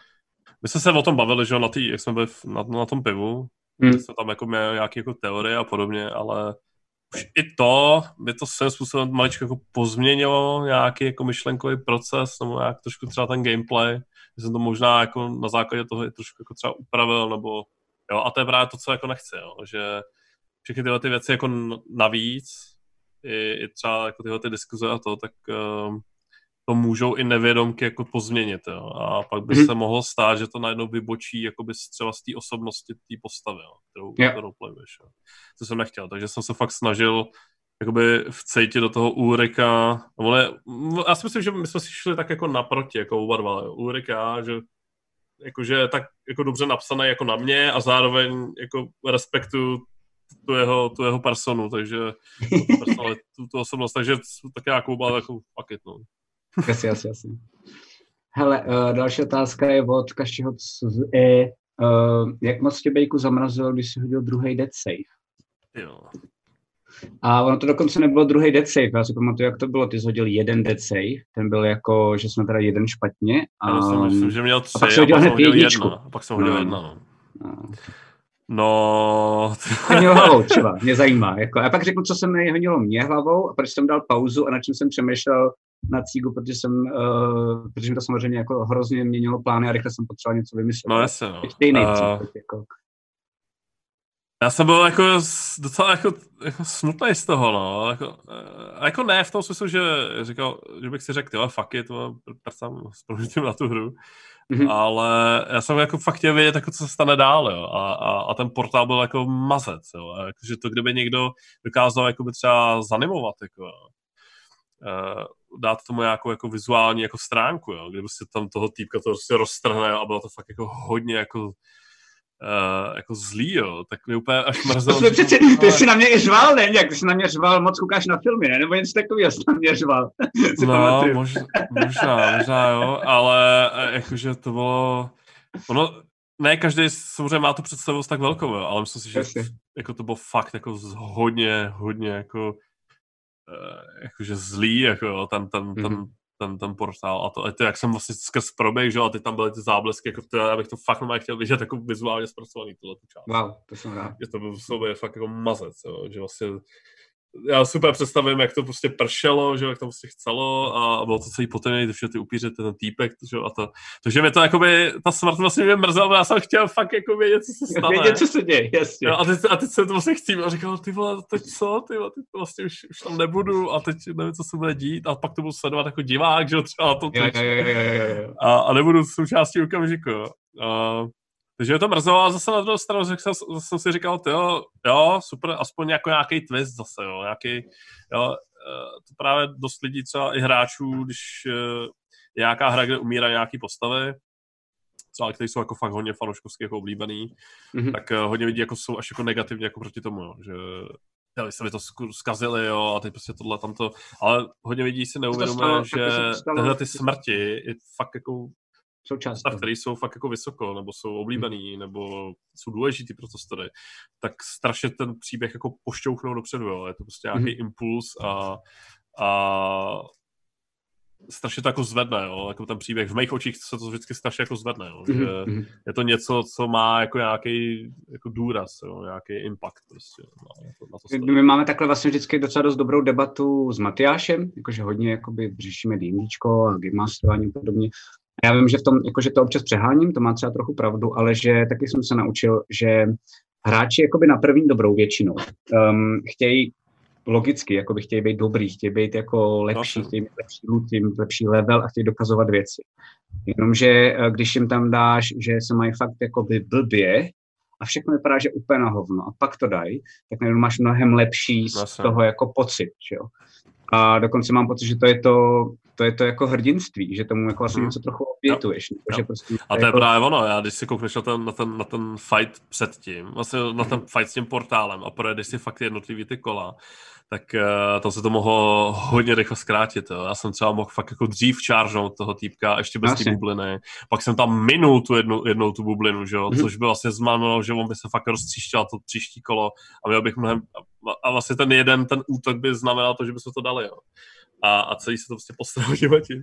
my jsme se o tom bavili, že na tý, jak jsme byli na, na tom pivu, mm. jsme tam jako měli nějaké jako teorie a podobně, ale už i to by to svým způsobem maličko jako pozměnilo nějaký jako myšlenkový proces, nebo nějak trošku třeba ten gameplay, že jsem to možná jako na základě toho i trošku jako třeba upravil, nebo jo, a to je právě to, co jako nechci, jo, že všechny tyhle ty věci jako navíc, i, i třeba jako tyhle ty diskuze a to, tak um, to můžou i nevědomky jako pozměnit, jo, a pak by mm-hmm. se mohlo stát, že to najednou vybočí jakoby třeba z té osobnosti té postavy, jo, kterou, yeah. kterou playuješ, jo. To jsem nechtěl, takže jsem se fakt snažil jakoby vcejtit do toho Ulrika, nebo ne, já si myslím, že my jsme si šli tak jako naproti, jako oba dva, jo. Ulrik já, že jakože tak jako dobře napsané jako na mě a zároveň jako respektuju tu jeho, tu jeho personu, takže tu, tu osobnost, takže tak jako byla jako fuck it, no. Jasně, jasně, jasně. Hele, uh, další otázka je od Kaščiho z E. Uh, jak moc tě Bejku zamrazilo, když jsi hodil druhý death save? Jo. A ono to dokonce nebylo druhý death save, já si pamatuju, jak to bylo, ty jsi hodil jeden death save, ten byl jako, že jsme teda jeden špatně. A já jsem myslím, že měl tři, a pak jsem hodil hned jedničku. A pak jsem hodil no. jedna, no. no. No... A měl hlavou třeba, mě zajímá. Jako. A pak řeknu, co se mi hodilo mě hlavou a proč jsem dal pauzu a na čem jsem přemýšlel na Cígu, protože jsem, uh, protože mi to samozřejmě jako hrozně měnilo plány a rychle jsem potřeboval něco vymyslet. No jasně, no. Stejný uh, cík, jako. Já jsem byl jako docela jako, jako smutnej z toho, no. Jako, jako ne v tom smyslu, že říkal, že bych si řekl, tyhle fuck it, prcám s prožitím na tu hru. Mm-hmm. Ale já jsem jako fakt chtěl vědět, jako, co se stane dál, jo. A, a, a ten portál byl jako mazec, jo. A jako, že to, kdyby někdo dokázal jakoby třeba zanimovat, jako, uh, dát tomu nějakou jako vizuální jako stránku, jo. Kdyby si tam toho týpka to prostě roztrhne a bylo to fakt jako hodně jako Uh, jako zlý, jo, tak mi úplně až mrzelo. To přece, ty jsi na mě i řval, ne? Jak ty jsi na mě řval, moc koukáš na filmy, ne? Nebo něco takového jsi na mě řval. No, mož, možná, možná, jo, ale jakože to bylo, ono, ne každý samozřejmě má tu představu tak velkou, jo, ale myslím si, že Jasně. jako to bylo fakt jako hodně, hodně jako, uh, jakože zlý, jako ten, ten, mm-hmm. ten Ten, ten portál a to, a to, jak jsem vlastně skrz proběh, že, a ty tam byly ty záblesky, jako to, já bych to fakt normálně chtěl vidět jako vizuálně zpracovaný tuhle tu část. Wow, to jsem rád. Že to byl v sobě fakt jako mazec, jo, že vlastně já super představím, jak to prostě pršelo, že, jak to prostě chcelo a bylo to celý potemněný, ty všechny ty upíře, ten týpek, že, a to, takže mi to jakoby, ta smrt vlastně mě mrzela, já jsem chtěl fakt jako vědět, co se stane. Vědět, co se děje, jasně. Jo, a, teď, a teď jsem to vlastně chcím a říkal, ty vole, teď co, ty vole, teď vlastně už, už tam nebudu a teď nevím, co se bude dít a pak to budu sledovat jako divák, že třeba na tom jo, jo, jo, jo, jo. A, a nebudu součástí okamžiku, jo. A, takže je to mrzelo a zase na druhou stranu zase jsem si říkal, jo, jo, super, aspoň jako nějaký twist zase, jo, nějaký, jo, to právě dost lidí, třeba i hráčů, když je nějaká hra, kde umírají nějaký postavy, třeba kteří jsou jako fakt hodně fanouškovsky jako oblíbený, mm-hmm. tak hodně lidí jako jsou až jako negativně jako proti tomu, jo, že chtěli se by to zkazili, jo, a teď prostě tohle tamto, ale hodně lidí si neuvědomuje, že tyhle ty smrti je fakt jako součástí, které jsou fakt jako vysoko, nebo jsou oblíbený, hmm. nebo jsou důležitý pro to story, tak strašně ten příběh jako pošťouchnou dopředu, jo. Je to prostě nějaký hmm. impuls a, a strašně to jako zvedne, jo, jako ten příběh. V mých očích se to vždycky strašně jako zvedne, jo, že mm-hmm. je to něco, co má jako nějaký jako důraz, jo, nějaký impact prostě. No, na to, na to My máme takhle vlastně vždycky docela dost dobrou debatu s Matyášem, jakože hodně jakoby řešíme DMDčko a game masterování a podobně. A já vím, že v tom, jakože to občas přeháním, to má třeba trochu pravdu, ale že taky jsem se naučil, že hráči jakoby na první dobrou většinou um, chtějí logicky, jakoby chtějí být dobrý, chtějí být jako lepší, chtějí mít lepší loot, lepší level a chtějí dokazovat věci. Jenomže když jim tam dáš, že se mají fakt jakoby blbě a všechno vypadá, že úplně na hovno a pak to dají, tak najednou máš mnohem lepší z Zase. toho jako pocit, že jo. A dokonce mám pocit, že to je to, to je to jako hrdinství, že tomu jako vlastně hmm. něco trochu obětuješ. No. Že prostě a to je jako... právě ono, já když si koukneš na ten, na ten, na ten fight předtím, vlastně na ten fight s tím portálem a projedeš si fakt jednotlivý ty kola, tak uh, tam se to mohlo hodně rychle zkrátit. Jo. Já jsem třeba mohl fakt jako dřív chargenout toho týpka, ještě bez té bubliny. Pak jsem tam minul tu jednu, jednou tu bublinu, že jo, mm-hmm. což by vlastně znamenalo, že on by se fakt roztříštěl to příští kolo a měl bych mnohem... A vlastně ten jeden, ten útok by znamenal to, že by se to dali, jo. A, a celý se to prostě postavil tím.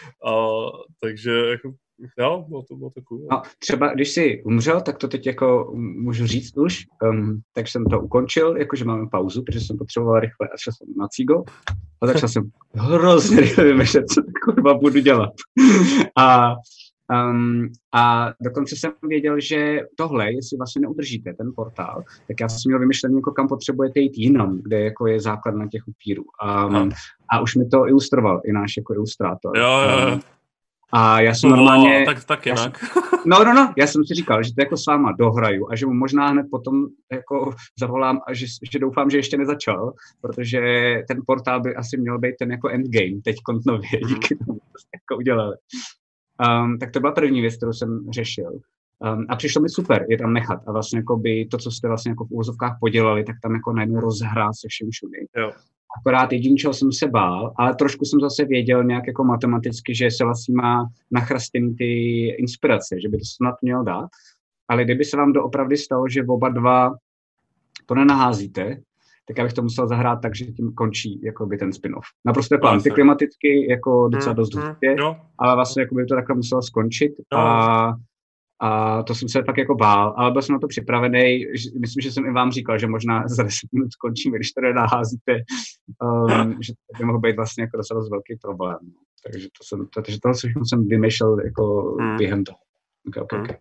Takže jako, jo, bylo to, bylo to cool. No, třeba když jsi umřel, tak to teď jako můžu říct už, um, takže jsem to ukončil, jakože máme pauzu, protože jsem potřeboval rychle a šel jsem na cígo a začal jsem hrozně rychle vymýšlet, co kurva budu dělat. a, um, a dokonce jsem věděl, že tohle, jestli vlastně neudržíte ten portál, tak já jsem měl vymyšlený, jako kam potřebujete jít jinam, kde jako je základ na těch upírů. Um, a už mi to ilustroval i náš jako ilustrátor. Jo, jo, jo. Um, A já jsem no, normálně... Tak, tak jinak. Já jsem, no, no, no, já jsem si říkal, že to jako s váma dohraju a že mu možná hned potom jako zavolám a že, že doufám, že ještě nezačal, protože ten portál by asi měl být ten jako endgame, teď kontnově, díky tomu, co jste jako udělali. Um, tak to byla první věc, kterou jsem řešil. Um, a přišlo mi super je tam nechat a vlastně jako by to, co jste vlastně jako v úvozovkách podělali, tak tam jako najednou rozhrát se všem všudy. Jo. Akorát jediný, čeho jsem se bál, ale trošku jsem zase věděl nějak jako matematicky, že se vlastně má nachrastěný ty inspirace, že by to snad měl dát. Ale kdyby se vám doopravdy stalo, že oba dva to nenaházíte, tak já bych to musel zahrát tak, že tím končí jakoby ten spin-off. Naprosto jako antiklimaticky, jako docela dost hustě, ale vlastně jako by to takhle muselo skončit. A A to jsem se tak jako bál, ale byl jsem na to připravený. Myslím, že jsem i vám říkal, že možná za deset minut skončíme, když to nenaházíte, um, že to by mohl být vlastně jako docela velký problém. Takže to jsem, takže tohle jsem vymýšlel jako hmm. během toho. Okay, okay, okay.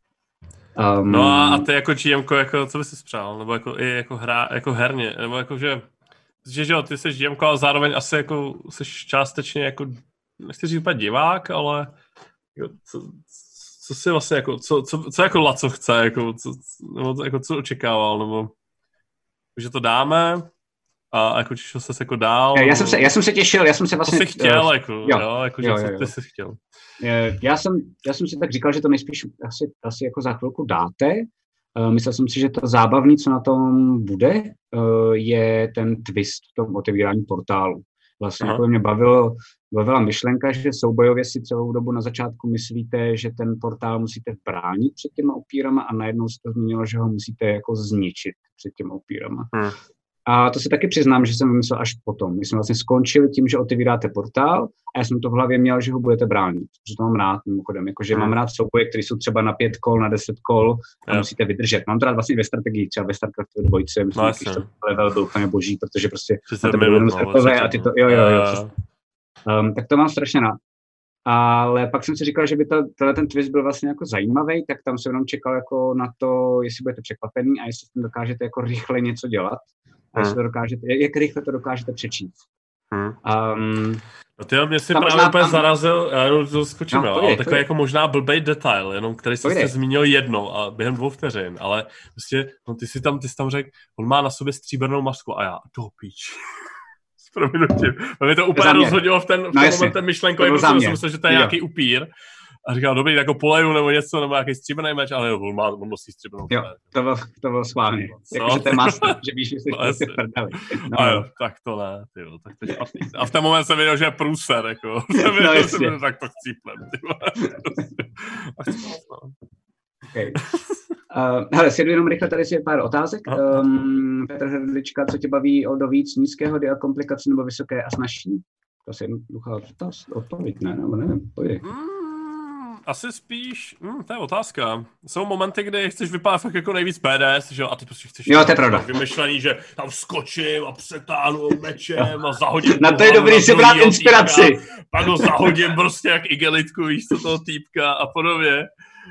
Um, no a, a ty jako G M ko, jako, co bys si spřál? Nebo jako, i jako, hra, jako herně? Nebo jako, že, že, že jo, ty jsi G M ko, ale zároveň asi jako jsi částečně jako, nechci říct úplně divák, ale jako, co, co si vlastně jako, co, co, co jako Laco chce, jako, co, nebo jako co očekával, nebo že to dáme a jako těšil ses jako dál. Já, já, jsem se, já jsem se těšil, já jsem se vlastně... To jsi chtěl, uh, jako, jo, jo, jako, jo, že jo, co jo. ty jsi chtěl. Já jsem, já jsem si tak říkal, že to nejspíš asi, asi jako za chvilku dáte. Uh, myslel jsem si, že to zábavný, co na tom bude, uh, je ten twist v tom otevírání portálu. Vlastně jako mě bavilo, bavila myšlenka, že soubojově si celou dobu na začátku myslíte, že ten portál musíte bránit před těma upírama a najednou se to změnilo, že ho musíte jako zničit před těma upírama. Hmm. A to se taky přiznám, že jsem vymyslel až potom. My jsme vlastně skončili tím, že otevíráte portál a já jsem to v hlavě měl, že ho budete bránit. Protože to mám rád mimochodem, jakože hmm. mám rád souboje, které jsou třeba na pět kol, na deset kol a yeah. musíte vydržet. Mám to rád vlastně ve strategii, třeba ve StarCraftu dvojce, myslím, no, že to level byl úplně boží, protože prostě na tebe budou zrkové a ty to, jo, jo, jo. jo. Um, tak to mám strašně rád. Ale pak jsem si říkal, že by to, tenhle ten twist byl vlastně jako zajímavý, tak tam jsem jenom čekal jako na to, jestli budete překvapený a jestli s tím dokážete jako rychle něco dělat. A jestli to dokážete, jak rychle to dokážete přečíst. Hmm. Um, no ty mě si právě úplně tam... zarazil, já jenom to skočím, no, ale takový jako možná blbej detail, jenom který jsi zmínil jednou a během dvou vteřin, ale prostě, no ty si tam, ty jsi tam řekl, on má na sobě stříbrnou masku a já, do píč. S prominutím. Mě to úplně rozhodilo v ten, v no, ten moment ten myšlenkový, protože jsem myslel, že to je jo. nějaký upír. A říkal, dobrý, jako poleju nebo něco, nebo nějaký stříbrný meč, ale on, má, on nosí stříbrnou Jo, to bylo, to bylo schválně. Jakože ten master, že víš, že jsi no, prostě prdeli. No, a jo, tak to ne, tyjo, tak to je špatný. A v ten moment jsem věděl, že je průser, jako. Jsem věděl, no, že jsem tak to chcíplem, okay. Uh, hele, sjedu jenom rychle tady si pár otázek. Um, Petr Hrdlička, co tě baví o do víc nízkého dia komplikace nebo vysoké a snažší? To je jednoduchá odpověď, ne? Nebo nevím, pojď. Mm, asi spíš, mm, to je otázka. Jsou momenty, kdy chceš vypadat fakt jako nejvíc bé dé es, že jo, a ty prostě chceš jo, to je pravda. Vymyšlený, že tam skočím a přetáhnu mečem a zahodím. Na to je dobrý si brát inspiraci. Týpka, pak ho zahodím prostě jak igelitku, víš co, toho týpka a podobně.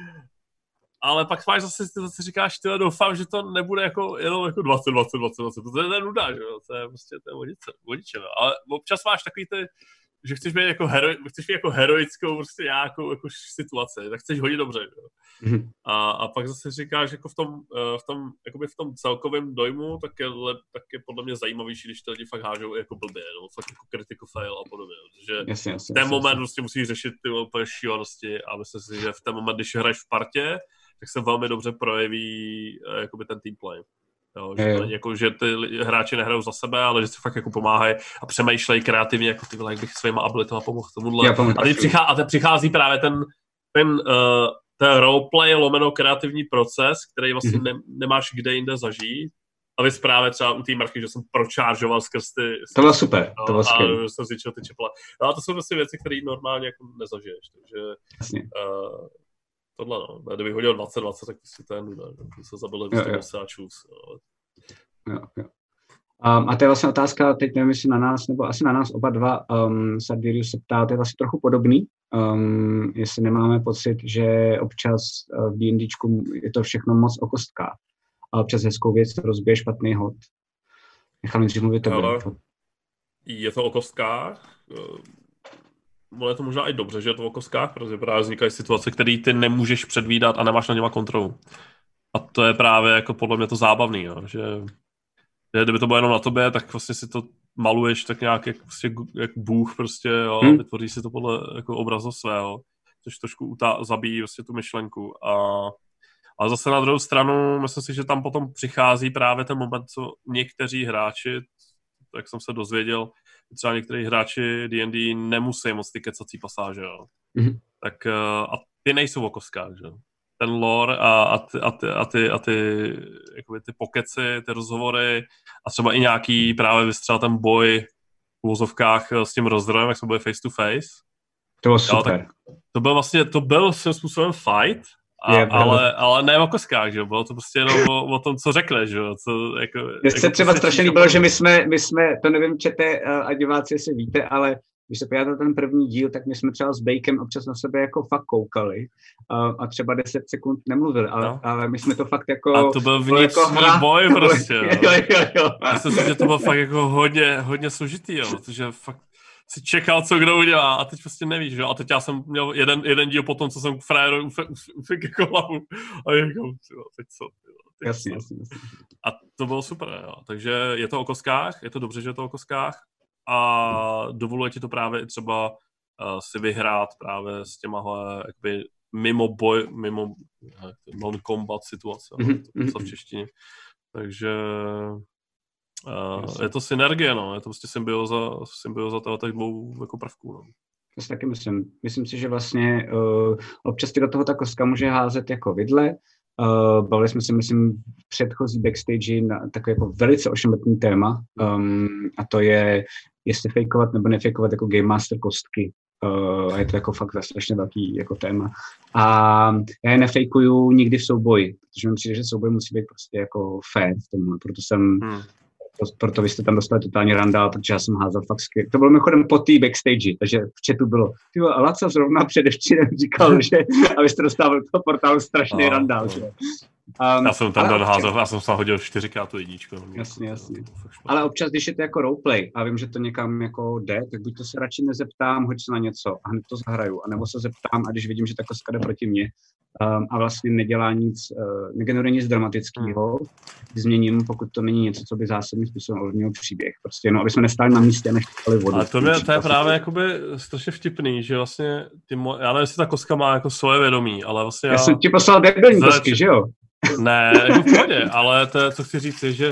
Ale pak máš zase, ty zase říkáš, tyhle, doufám, že to nebude jako jenom jako dvacet, dvacet, dvacet, dvacet, protože to je nuda, že jo, to je prostě, to je vodiče, vodiče, no. Ale občas máš takový ty, že chceš být jako, hero, chceš být jako heroickou prostě nějakou jako situaci, tak chceš hodit dobře, že jo. Mm-hmm. A, a pak zase říkáš, jako v tom, v tom, jakoby v tom celkovém dojmu, tak je, tak je podle mě zajímavější, když ty lidi fakt hážou jako blbě, no, fakt jako critical fail a podobně, protože jasně, jasně, ten jasně, moment jasně. Prostě musíš řešit ty úplně šílenosti a myslím si, že v ten moment, když hraješ v partě, tak se velmi dobře projeví jakoby ten team play. Jo, že, to, jako, že ty hráči nehrajou za sebe, ale že si fakt jako pomáhají a přemýšlejí kreativně, jako ty vole, jak bych svýma abilitama pomohl tomuhle. A teď přichází, a teď přichází právě ten, ten, uh, ten roleplay lomeno kreativní proces, který vlastně ne, nemáš kde jinde zažít. A vy právě třeba u té marky, že jsem pročaržoval skrz ty... To bylo super, to bylo skvělé. A jsem zničil ty čepla. No a to jsou vlastně věci, které normálně jako nezažiješ. Takže... Jasně. Uh, tohle no, kdybych hodil dvacet dvacet, tak prostě to je nuda, že se zabili prostě a čus. Jo, jo. Um, a to je vlastně otázka, teď nevím, jestli na nás, nebo asi na nás oba dva, um, Sardirius se ptá, to je vlastně trochu podobný, um, jestli nemáme pocit, že občas uh, v D&Dčku je to všechno moc o kostkách a občas hezkou věc rozbije špatný hod. Nechám nejdřív mluvit tebe. Je to o kostkách? Je to možná i dobře, že je to o kostkách, protože právě vznikají situace, které ty nemůžeš předvídat a nemáš na něma kontrolu. A to je právě jako podle mě to zábavný, jo, že, že kdyby to bylo jenom na tobě, tak vlastně si to maluješ tak nějak jak, prostě, jak bůh prostě, jo, hmm. vytvoří si to podle jako obrazu svého, což trošku utá- zabíjí vlastně tu myšlenku. A, a zase na druhou stranu, myslím si, že tam potom přichází právě ten moment, co někteří hráči, jak jsem se dozvěděl, třeba některý hráči D and D nemusí moc ty kecací pasáže, jo. Mm-hmm. Tak a ty nejsou o kostkách, že? Ten lore a, a, ty, a, ty, a, ty, a ty, jakoby ty pokeci, ty rozhovory a třeba i nějaký právě vystřel ten boj v úvozovkách s tím rozdrojem, jak jsme byli face to face. To bylo super. Jo, to byl vlastně, to byl svým způsobem fight, a, je, ale, ale ne o koskách, že jo, bylo to prostě jenom o, o tom, co řekneš, že jo, co, jako... Mně se jako třeba strašně líbilo, že my jsme, my jsme, to nevím, čete a diváci, jestli víte, ale když se podíváte ten první díl, tak my jsme třeba s Bakem občas na sebe jako fakt koukali a, a třeba deset sekund nemluvili, ale, no. ale my jsme to fakt jako... A to byl vnitřní jako hra, boj prostě, jo. jo, jo, jo. Myslím si, že to bylo fakt jako hodně, hodně složitý, jo, protože fakt si čekal, co kdo udělá a teď prostě nevíš, jo. A teď já jsem měl jeden, jeden díl potom, co jsem frajerovi ufik jako hlavu a jako, teď co, teď jasně, co. Jasně, jasně. A to bylo super, jo. Takže je to o koskách, je to dobře, že je to o koskách a dovoluje ti to právě třeba uh, si vyhrát právě s těmahle jakoby mimo boj, mimo non-combat situace, mm-hmm. to v češtině. Takže Uh, je to synergie, no, je to prostě symbioza, symbioza těch dvou jako prvků, no. To si taky myslím. Myslím si, že vlastně uh, občas ty do toho ta kostka může házet jako vidle. Uh, bavili jsme si, myslím, v předchozí backstage na takové jako velice ošemetný téma um, a to je, jestli fejkovat nebo nefejkovat jako Game Master kostky. Uh, a je to jako fakt strašně velký jako téma. A já je nefejkuju nikdy v souboji, protože mi přijde, že souboj musí být prostě jako fair v tomhle, proto jsem hmm. proto vy jste tam dostali totální randál, protože já jsem házel fakt skvěle. To bylo mimochodem po té backstage, takže v chatu bylo, tyjo, a Laca zrovna předevčírem říkal, že abyste dostávali do portálu strašný no, randál, no. Že? Um, já jsem tam házel, já jsem se hodil čtyřikrát tu jedničku. Jasně, jasně. Ale občas, když je to jako roleplay a vím, že to někam jako jde, tak buď to se radši nezeptám, hoď se na něco a hned to zahraju, anebo se zeptám a když vidím, že ta kostka jde proti mně um, a vlastně nedělá nic, uh, negeneruje nic dramatického, hmm. změním, pokud to není něco, co by zásadním způsobem ovlivnil příběh. Prostě jenom, aby jsme nestáli na místě a nechtěli vodu. Ale to, mě, to je právě jakoby strašně vtipný, že vlastně, ty mo- já nevím, jestli ta kostka má jako svoje vědomí, ale vlastně já... Já jsem ti poslal debilní kostky, že jo? Ne, jako v pohodě, ale to, co chci říct, je, že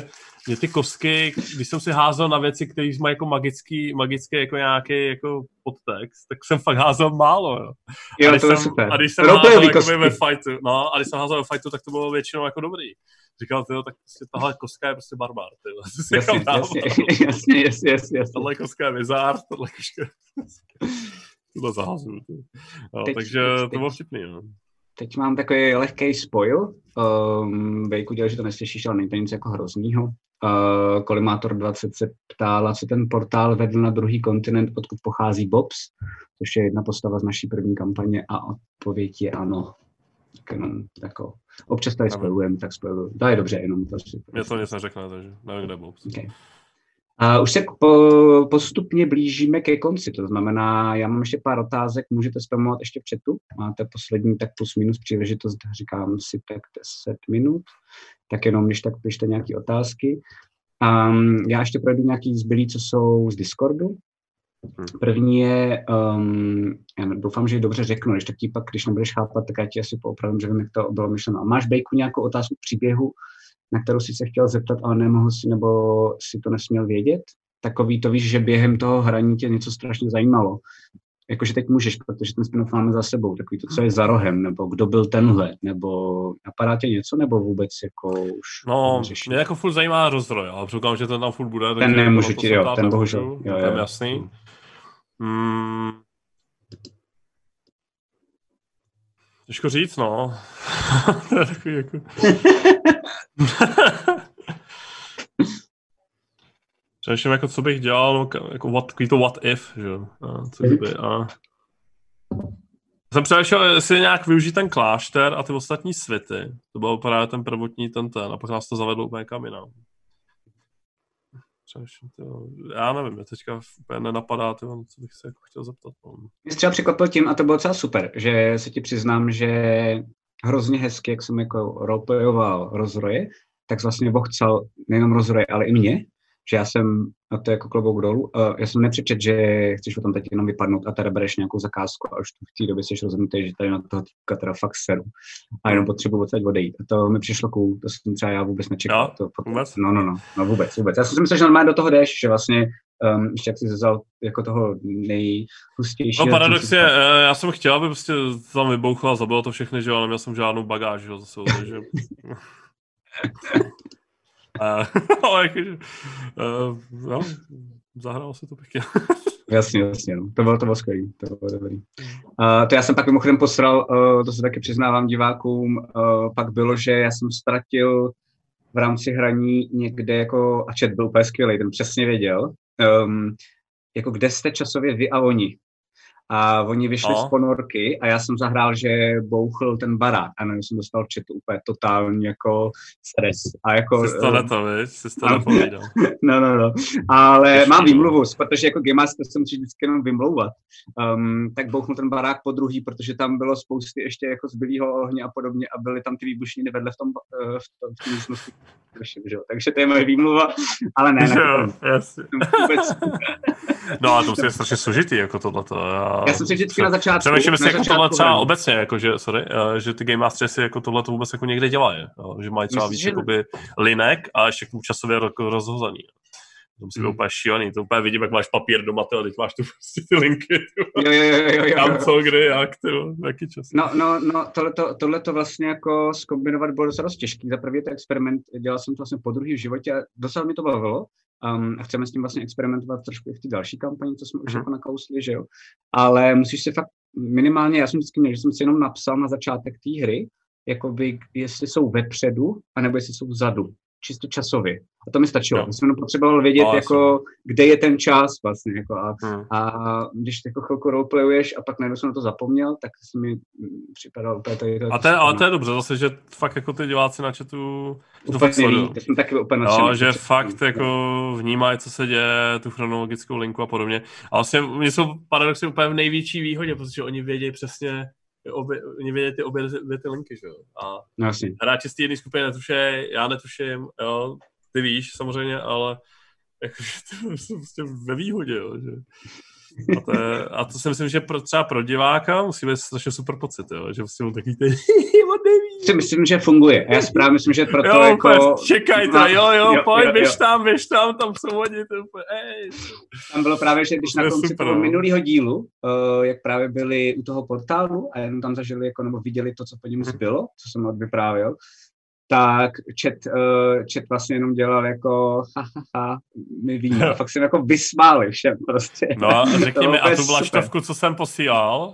mě ty kostky, když jsem si házel na věci, které mají jako magický, magický jako nějaký jako podtext, tak jsem fakt házel málo, jo. Jo, a když to je jsem, super. A když jsem házel jakoby ve fightu, no, a když jsem házel ve fightu, tak to bylo většinou jako dobrý. Říkal, tyjo, tak prostě tahle kostka je prostě barbar, tyjo. Jasně, jasně, jasně, jasně, jasně. Tahle kostka je vizár, tahle kostka je... Tohle zahazuju, no, teď, takže teď, to bylo vtipný, no. Teď mám takový lehký spoil. Um, Vejku dělal, že to neslyšíš, ale není to nic jako hroznýho. Uh, Kolimátor dvacet se ptala, co ten portál vedl na druhý kontinent, odkud pochází Bobs, což je jedna postava z naší první kampaně a odpověď je ano. Tak jenom tako. Občas tady spojujeme, tak spojuju. To je dobře, jenom prostě. Mě to nic neřekne, takže nevím, kde Bobs. Okay. A už se po, postupně blížíme ke konci, to znamená, já mám ještě pár otázek, můžete spamovat ještě v chatu, máte poslední tak plus minus příležitost, říkám si tak deset minut, tak jenom když tak pište nějaké otázky. Um, já ještě projdu nějaký zbylý, co jsou z Discordu. První je, um, já doufám, že ji dobře řeknu, když tak ti pak, když nebudeš chápat, tak já ti asi poopravím, že vím, jak to bylo myšleno. A máš, Bejku, nějakou otázku k příběhu, na kterou jsi se chtěl zeptat, ale nemohl si, nebo si to nesměl vědět? Takový to víš, že během toho hraní tě něco strašně zajímalo. Jakože teď můžeš, protože ten spin-off máme za sebou. Takový to, co je za rohem, nebo kdo byl tenhle, nebo napadá tě něco, nebo vůbec jako už no, mě jako furt zajímá rozroj, ale předpokládám, že ten tam furt bude. Ten nemůžu ti, jo, ten bohužel. Jo, jo, jo. Jasný. Hmm. Těžko říct, no. To je takový jako... Přemýšlím, jako co bych dělal, no, jako what, takový to what if, že jo. Co kdyby, a... Jsem přemýšlel, jestli nějak využít ten klášter a ty ostatní svity. To byl právě ten prvotní ten ten, a pak nás to zavedlo úplně kam jinam. Já nevím, mě teďka úplně nenapadá, tyvo, co bych se jako chtěl zeptat. Mě jsi třeba překvapil tím, a to bylo docela super, že se ti přiznám, že hrozně hezky, jak jsem jako roleplayoval rozroje, tak vlastně vochcal nejenom rozroje, ale i mě, že já jsem, a to je jako klobouk dolů, uh, já jsem nepřečet, že chceš o tom teď jenom vypadnout a teda bereš nějakou zakázku a už v té době jsi rozhodnutý, že tady na toho týka teda fakt seru a jenom potřebuji odsaď odejít. A to mi přišlo cool, to jsem třeba já vůbec nečekal. Jo, to, vůbec? No, no, no, no, vůbec, vůbec. Já jsem si myslel, že normálně do toho jdeš, že vlastně um, ještě jak jsi vzal jako toho nejhustějšího. No paradox je, já jsem chtěl, aby prostě tam vybouchlo a zabilo to všechny, že jo, ale neměl jsem žádnou bagáž, že jo, zase, takže... Ale jakože, uh, no, zahrál se to pěkně. Jasně, jasně, no. To bylo, to bylo skvělý, to bylo dobrý. Uh, to já jsem pak mimochodem posral, uh, to se taky přiznávám divákům, uh, pak bylo, že já jsem ztratil v rámci hraní někde jako, a chat byl úplně skvělý, ten přesně věděl, um, jako kde jste časově vy a oni. A oni vyšli no. z ponorky a já jsem zahrál, že bouchl ten barák a nevím, jsem dostal v chatu úplně totální jako stres. A jako... Jsi to neto, víš? Jsi to nepovídal. No, no, no. Ale Ještě mám výmluvu, protože jako Game Master se musí vždycky jenom vymlouvat. Um, tak bouchnul ten barák po druhý, protože tam bylo spousty ještě jako zbylýho ohně a podobně a byly tam ty výbušniny vedle v tom, uh, v tom v té místnosti. Takže to je moje výmluva, ale ne. Jo, jasně. No a to je strašně složitý, jako tohleto. Já, já jsem si vždycky na začátku... Přemýšlím si jako tohle třeba hraní. Obecně, jako, že, sorry, že ty Game Masters si jako tohleto vůbec jako někde dělají. Že mají třeba víc jakoby linek a ještě časově rozhozaný. To musí být hmm. úplně šílený, to úplně vidím, jak máš papír doma, a teď máš tu prostě ty linky, jo, jo, jo, jo, tam co, kdy, jak, tyjo, jaký čas. No, no, no, tohleto, tohleto vlastně jako zkombinovat bylo docela dost těžký. Za prvý to experiment, dělal jsem to vlastně po druhý v životě a docela mi to bavilo. Um, a chceme s tím vlastně experimentovat trošku i v té další kampani, co jsme už hmm. jako nakousli, že jo. Ale musíš si fakt minimálně, já jsem vždycky měl, že jsem si jenom napsal na začátek té hry, jakoby, jestli jsou vepředu, anebo jestli jsou vzadu. Čisto časově. A to mi stačilo. Já jsem potřeboval vědět, no, jako, kde je ten čas vlastně. Jako, a, hmm. a když jako chvilku roleplayuješ a pak najednou jsem na to zapomněl, tak se mi připadalo úplně tady. A to je, ale to je dobře, zase, že fakt jako ty diváci na chatu to fakt sledují. To jsem taky úplně nadšený. No, že fakt jako vnímají, co se děje, tu chronologickou linku a podobně. A vlastně oni jsou paradoxně úplně v největší výhodě, protože oni vědějí přesně, Obě, oni vědějí ty obě ty linky, že jo. A no, hráči z té jedné skupiny netušejí, já netuším, jo, ty víš samozřejmě, ale jakože ty jsou prostě ve výhodě, jo, že. A to, je, a to si myslím, že pro, třeba pro diváka musí být strašně super pocit, jo? Že vlastně takový ten si myslím, že funguje. Já si právě myslím, že proto jo, jako... Čekajte, jo, jo, jo, pojď, běž tam, běž tam, tam jsou oni, to úplně, ej. Tam bylo právě, že když to na konci super, toho no. minulého dílu, uh, jak právě byli u toho portálu a jenom tam zažili, jako, nebo viděli to, co po něm zbylo, co jsem odvyprávěl, tak chat, uh, chat vlastně jenom dělal jako ha, ha, ha, my víme. A fakt jsem jako vysmáli všem prostě. No a řekni mi, a tu vlaštovku, co jsem posílal,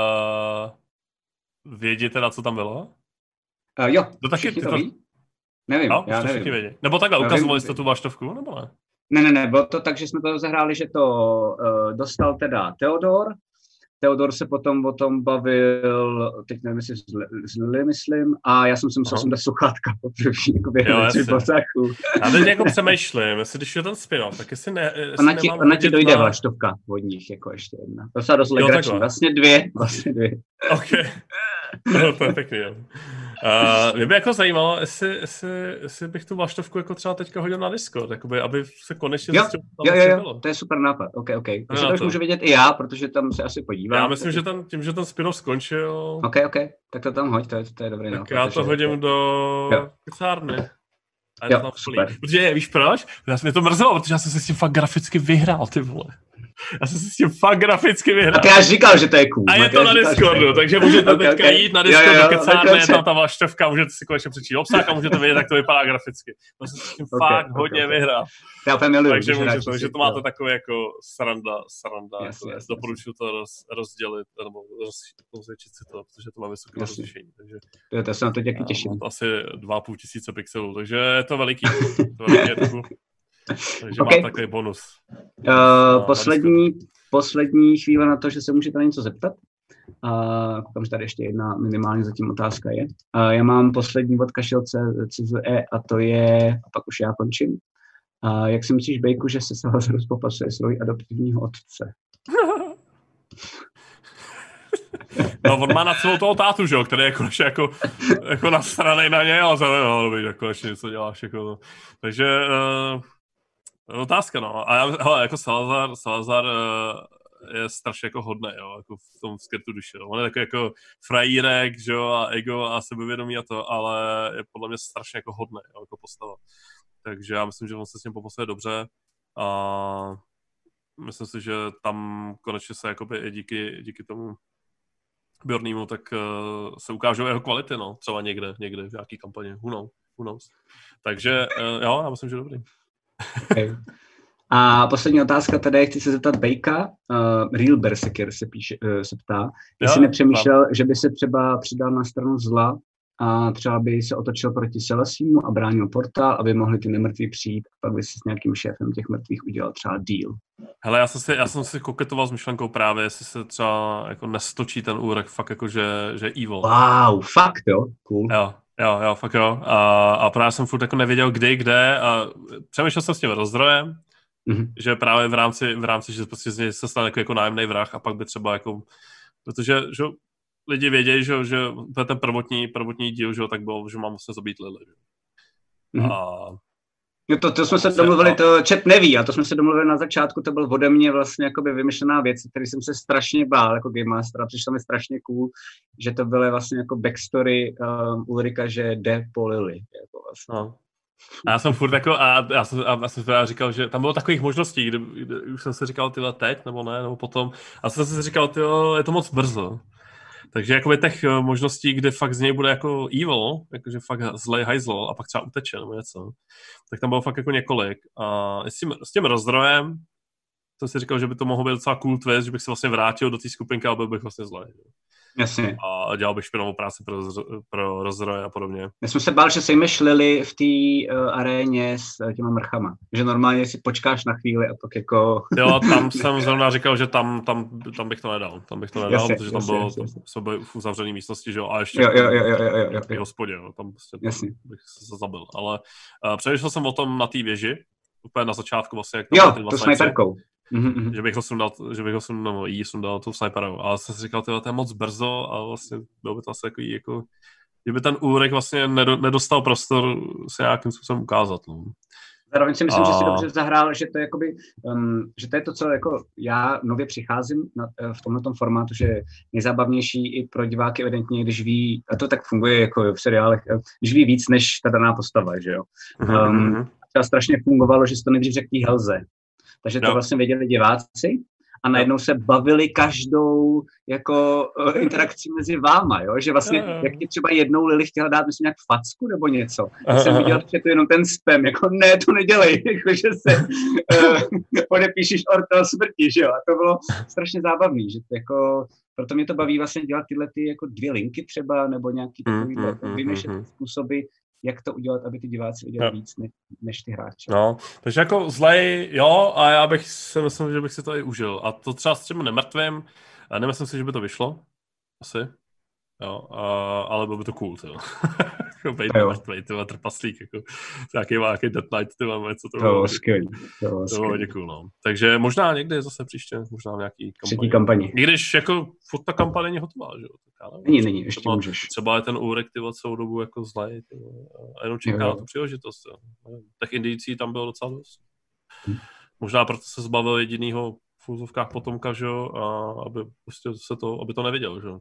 uh, vědí teda, co tam bylo? Uh, jo, to taky, všichni to, to ví? Nevím, no, já to nevím. Vědí. Nebo takhle, ukazovali jste tu vlaštovku, nebo ne? Ne, ne, ne, bylo to tak, že jsme to zahráli, že to uh, dostal teda Theodor. Theodor se potom o tom bavil, teď nevím, jestli zli, myslím, a já jsem si musel sundat sluchátka, protože jako běhali tři potáků. Já teď jako přemýšlím, jestli když je ten spin-off, tak jestli ne... Jestli ona ti, ona ti dojde na... vlaštovka od nich, jako ještě jedna. To se dost legrační, vlastně dvě, vlastně dvě. OK, no, to je pěkný, jo. Uh, mě by jako zajímalo, jestli, jestli, jestli bych tu vlaštovku jako třeba teďka hodil na Discord, jakoby, aby se konečně zjistil, jo, jo, jo, jo, to je super nápad, ok, ok. To se to už můžu vidět i já, protože tam se asi podívám. Já myslím, že ten, tím, že ten spin-off skončil... Ok, ok, tak to tam hoď, to je, to je dobrý tak nápad. Tak já to hodím to... do kecárny. A jo, to super. Protože víš proč? Já mě to mrzelo, protože já jsem se s tím fakt graficky vyhrál, ty vole. Já jsem si s tím fakt graficky vyhrál. A ty já říkal, že to je cool. A je to na Discordu, takže můžete okay, teďka okay. jít na Discord do kecárny, je tam ta vlaštovka, můžete si konečně přečíst obsah a můžete vědět, jak to vypadá graficky. Já jsem si s tím okay, fakt okay, hodně okay. vyhrál. Já úplně miluji. Takže můžete, takže to máte takové jako sranda, sranda. Yes, jako yes, doporučuji yes. to roz, rozdělit, nebo rozvětšit si to, protože to má vysoké rozlišení. Takže to, to se na to děkuji těším. Mám to asi dva a půl tisíce pixelů, takže je to veliký. To veliký je to takže okay. má takový bonus. Uh, poslední, poslední chvíle na to, že se můžete na něco zeptat. Uh, koukám, že tady ještě jedna minimálně zatím otázka je. Uh, já mám poslední od Kašelce C Z E a to je, a pak už já končím. Uh, jak si myslíš, Bejku, že se Salazar popasuje svůj adoptivního otce? No, on má na celou toho tátu, že jo, který je konečně jako, jako nasranej na něj, ale zároveň, no, dobrý, tak konečně něco děláš, jako, no. Takže, uh, otázka, no. A já, hele, jako Salazar, Salazar uh, je strašně jako hodný, jo, jako v tom skrytu duše. On je takový jako frajírek, že jo, a ego a sebevědomí a to, ale je podle mě strašně jako hodný, jo, jako postava. Takže já myslím, že on se s ním popasuje dobře a myslím si, že tam konečně se jakoby i díky, díky tomu Bjornímu, tak uh, se ukážou jeho kvality, no, třeba někde, někde v nějaký kampaně, who knows, who knows. Takže uh, jo, já myslím, že dobrý. Okay. A poslední otázka tady, chci se zeptat Bejka, uh, Real Berserker se, píše, uh, se ptá, jestli nepřemýšlel, tam. že by se třeba přidal na stranu zla a třeba by se otočil proti Selesímu a bránil portál, aby mohli ty nemrtví přijít a pak by si s nějakým šéfem těch mrtvých udělal třeba deal. Hele, já jsem si, já jsem si koketoval s myšlenkou právě, jestli se třeba jako nestočí ten úrek fakt jako, že, že evil. Wow, fakt jo, cool. Jo, jo, jo, fakt jo. A, a právě jsem furt jako nevěděl kdy, kde a přemýšlel jsem s tím rozdrojem, mm-hmm. že právě v rámci, v rámci, že prostě z něj se stane jako, jako nájemnej vrah a pak by třeba jako, protože, že lidi vědějí, že, že ten prvotní, prvotní díl, že tak bylo, že mám vlastně zabít Lily. Mm-hmm. A jo, to, to jsme se domluvili, to chat neví, a to jsme se domluvili na začátku, to byl ode mě vlastně jakoby vymyšlená věc, který jsem se strašně bál jako Game Master a přišlo mi strašně cool, že to bylo vlastně jako backstory um, Ulrika, že jde po Lily. Jako vlastně. No. A já jsem furt jako, a já jsem, a já jsem teda říkal, že tam bylo takových možností, kdy, kdy už jsem si říkal tyhle teď, nebo ne, nebo potom, a jsem si říkal, tyjo, je to moc brzo. Takže jakoby těch možností, kde fakt z něj bude jako evil, jakože fakt zlej hajzl a pak třeba uteče nebo něco, tak tam bylo fakt jako několik. A s tím, s tím rozdrojem jsem si říkal, že by to mohlo být docela cool twist, že bych se vlastně vrátil do té skupinky a byl bych vlastně zlej. Jasně. A dělal bych špinavou práci pro, pro rozdroje a podobně. Já jsem se bál, že sejmeš Lily v té uh, aréně s uh, těma mrchama. Že normálně si počkáš na chvíli a pak jako... Jo, tam jsem zrovna říkal, že tam, tam, tam bych to nedal. Tam bych to nedal, jasně, protože tam jasně, bylo, jasně. Jsme byli v uzavřené místnosti, že jo, a ještě jo, jo, jo, jo, jo, jo, v hospodě, jo, tam prostě bych se zabil. Ale uh, přemýšlel jsem o tom na té věži, úplně na začátku vlastně, jak tam jo, to snajperkou. Mm-hmm. Že bych ho sundal, že bych ho sundal, no, jí sundal tou sniperou. Ale jsem si říkal, tyhle, to je moc brzo a vlastně bylo by to asi jako, jako kdyby ten úrek vlastně nedostal prostor se nějakým způsobem ukázat. No. Zároveň si myslím, a... že si dobře zahrál, že to je, jakoby, um, že to je to, co jako já nově přicházím na, v tomto formátu, že je nejzábavnější i pro diváky evidentně, když ví, a to tak funguje jako v seriálech, když ví víc než ta daná postava, že jo. Um, to strašně fungovalo, že se to nejdřív řekl té Helze. Takže to no. vlastně věděli diváci a najednou se bavili každou jako uh, interakcí mezi váma, jo? Že vlastně, uh, jak ti třeba jednou Lily chtěla dát, myslím, nějak facku nebo něco, tak jsem viděl, že to jenom ten spam, jako ne, to nedělej, jako že se uh, odepíšeš ortel smrti, že jo? A to bylo strašně zábavný, že to jako, proto mě to baví vlastně dělat tyhle ty jako dvě linky třeba, nebo nějaký takovýhle, mm, mm, vymýšlet mm, způsoby, jak to udělat, aby ty diváci udělali no. víc ne, než ty hráči. No, takže jako zlej, jo, a já bych si myslím, že bych si to i užil. A to třeba s třeba nemrtvým, a nemyslím si, že by to vyšlo, asi, jo, a, ale bylo by to cool, jo. Jako bejt nemrtvej, tyhle trpaslík, jako nějaký nějaký Death Knight, tyhle, co to, to bylo. Skvělý. To bylo hodně cool, no. Takže možná někdy zase příště, možná v nějaký kampani. kampani. I když jako furt ta kampaň není hotová, že jo. Není, není, ještě třeba, můžeš. Třeba je ten úrektivovat celou dobu jako zlej, a jenom čeká na tu příležitost, jo. Tak indicí tam bylo docela dost. Hm. Možná proto se zbavil jedinýho v úzovkách potomka, že jo, a aby prostě se to, aby to neviděl, že jo.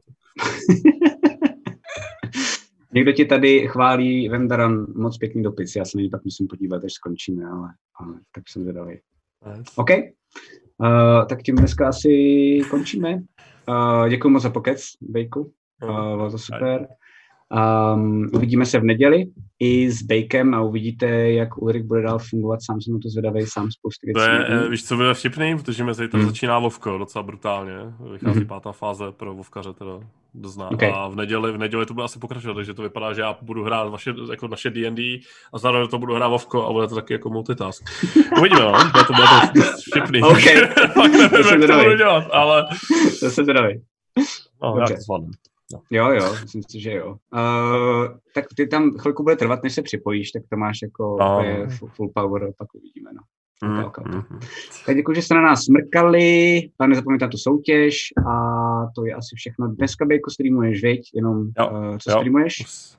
Někdo ti tady chválí, Vendaran, moc pěkný dopis, já se na něj pak musím podívat, až skončíme, ale, ale tak jsem zvědavý. Yes. OK, uh, tak tím dneska asi končíme. Uh, děkuji moc za pokec, Bejku, uh, bylo to super. Um, uvidíme se v neděli i s Bejkem a uvidíte, jak Ulrik bude dál fungovat, sám jsem na to zvědavý, sám spousty věcí. To je, víš, co bude vtipný, protože mi zítra hmm. začíná Vovko docela brutálně, vychází hmm. pátá fáze pro Vovkaře teda dozná. Okay. A v neděli, v neděli to bude asi pokračovat, takže to vypadá, že já budu hrát vaše, jako naše D and D a zároveň to budu hrát Vovko a bude to taky jako multitask. Uvidíme, no, bude to, bude to vtipný. OK, Fakt nevím, jak to budu dělat, ale... To se zvědavý. No, okay. Já to zvládnu. No. Jo, jo, myslím si, že jo. Uh, tak ty tam chvilku bude trvat, než se připojíš, tak to máš jako no. full, full power, pak uvidíme, no. Mm, mm, mm. Tak děkuji, že jste na nás smrkali, a nezapomeňte na tu soutěž a to je asi všechno. Dneska, Bejko, streamuješ, viď? Jenom, jo, uh, co jo. streamuješ?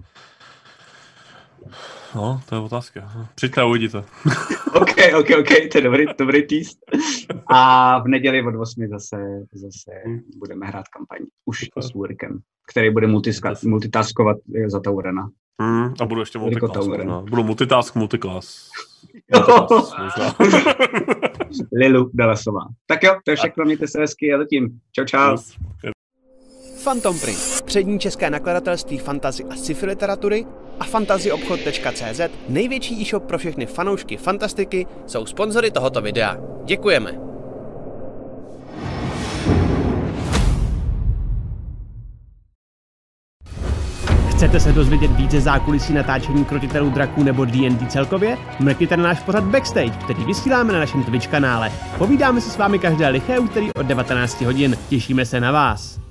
No, to je otázka. Přijďte a uvidíte. OK, OK, OK, to je dobrý, dobrý tease. A v neděli od osmi zase, zase hmm. budeme hrát kampaň. Už s Ulrikem, který bude multiska- multitaskovat za Taurena. Hmm, a budu ještě multiclass. Budu multitask, multiclass. Lilu Dalasová. Tak jo, to je všechno, mějte se hezky a zatím. Čau, čau. Phantom Print, přední české nakladatelství fantasy a sci-fi literatury a fantasyobchod tečka cé zet, největší e-shop pro všechny fanoušky fantastiky, jsou sponzory tohoto videa. Děkujeme. Chcete se dozvědět více zákulisí natáčení Krotitelů draků nebo D and D celkově? Mrkněte na náš pořad Backstage, který vysíláme na našem Twitch kanále. Povídáme se s vámi každé liché úterý od devatenácti hodin. Těšíme se na vás.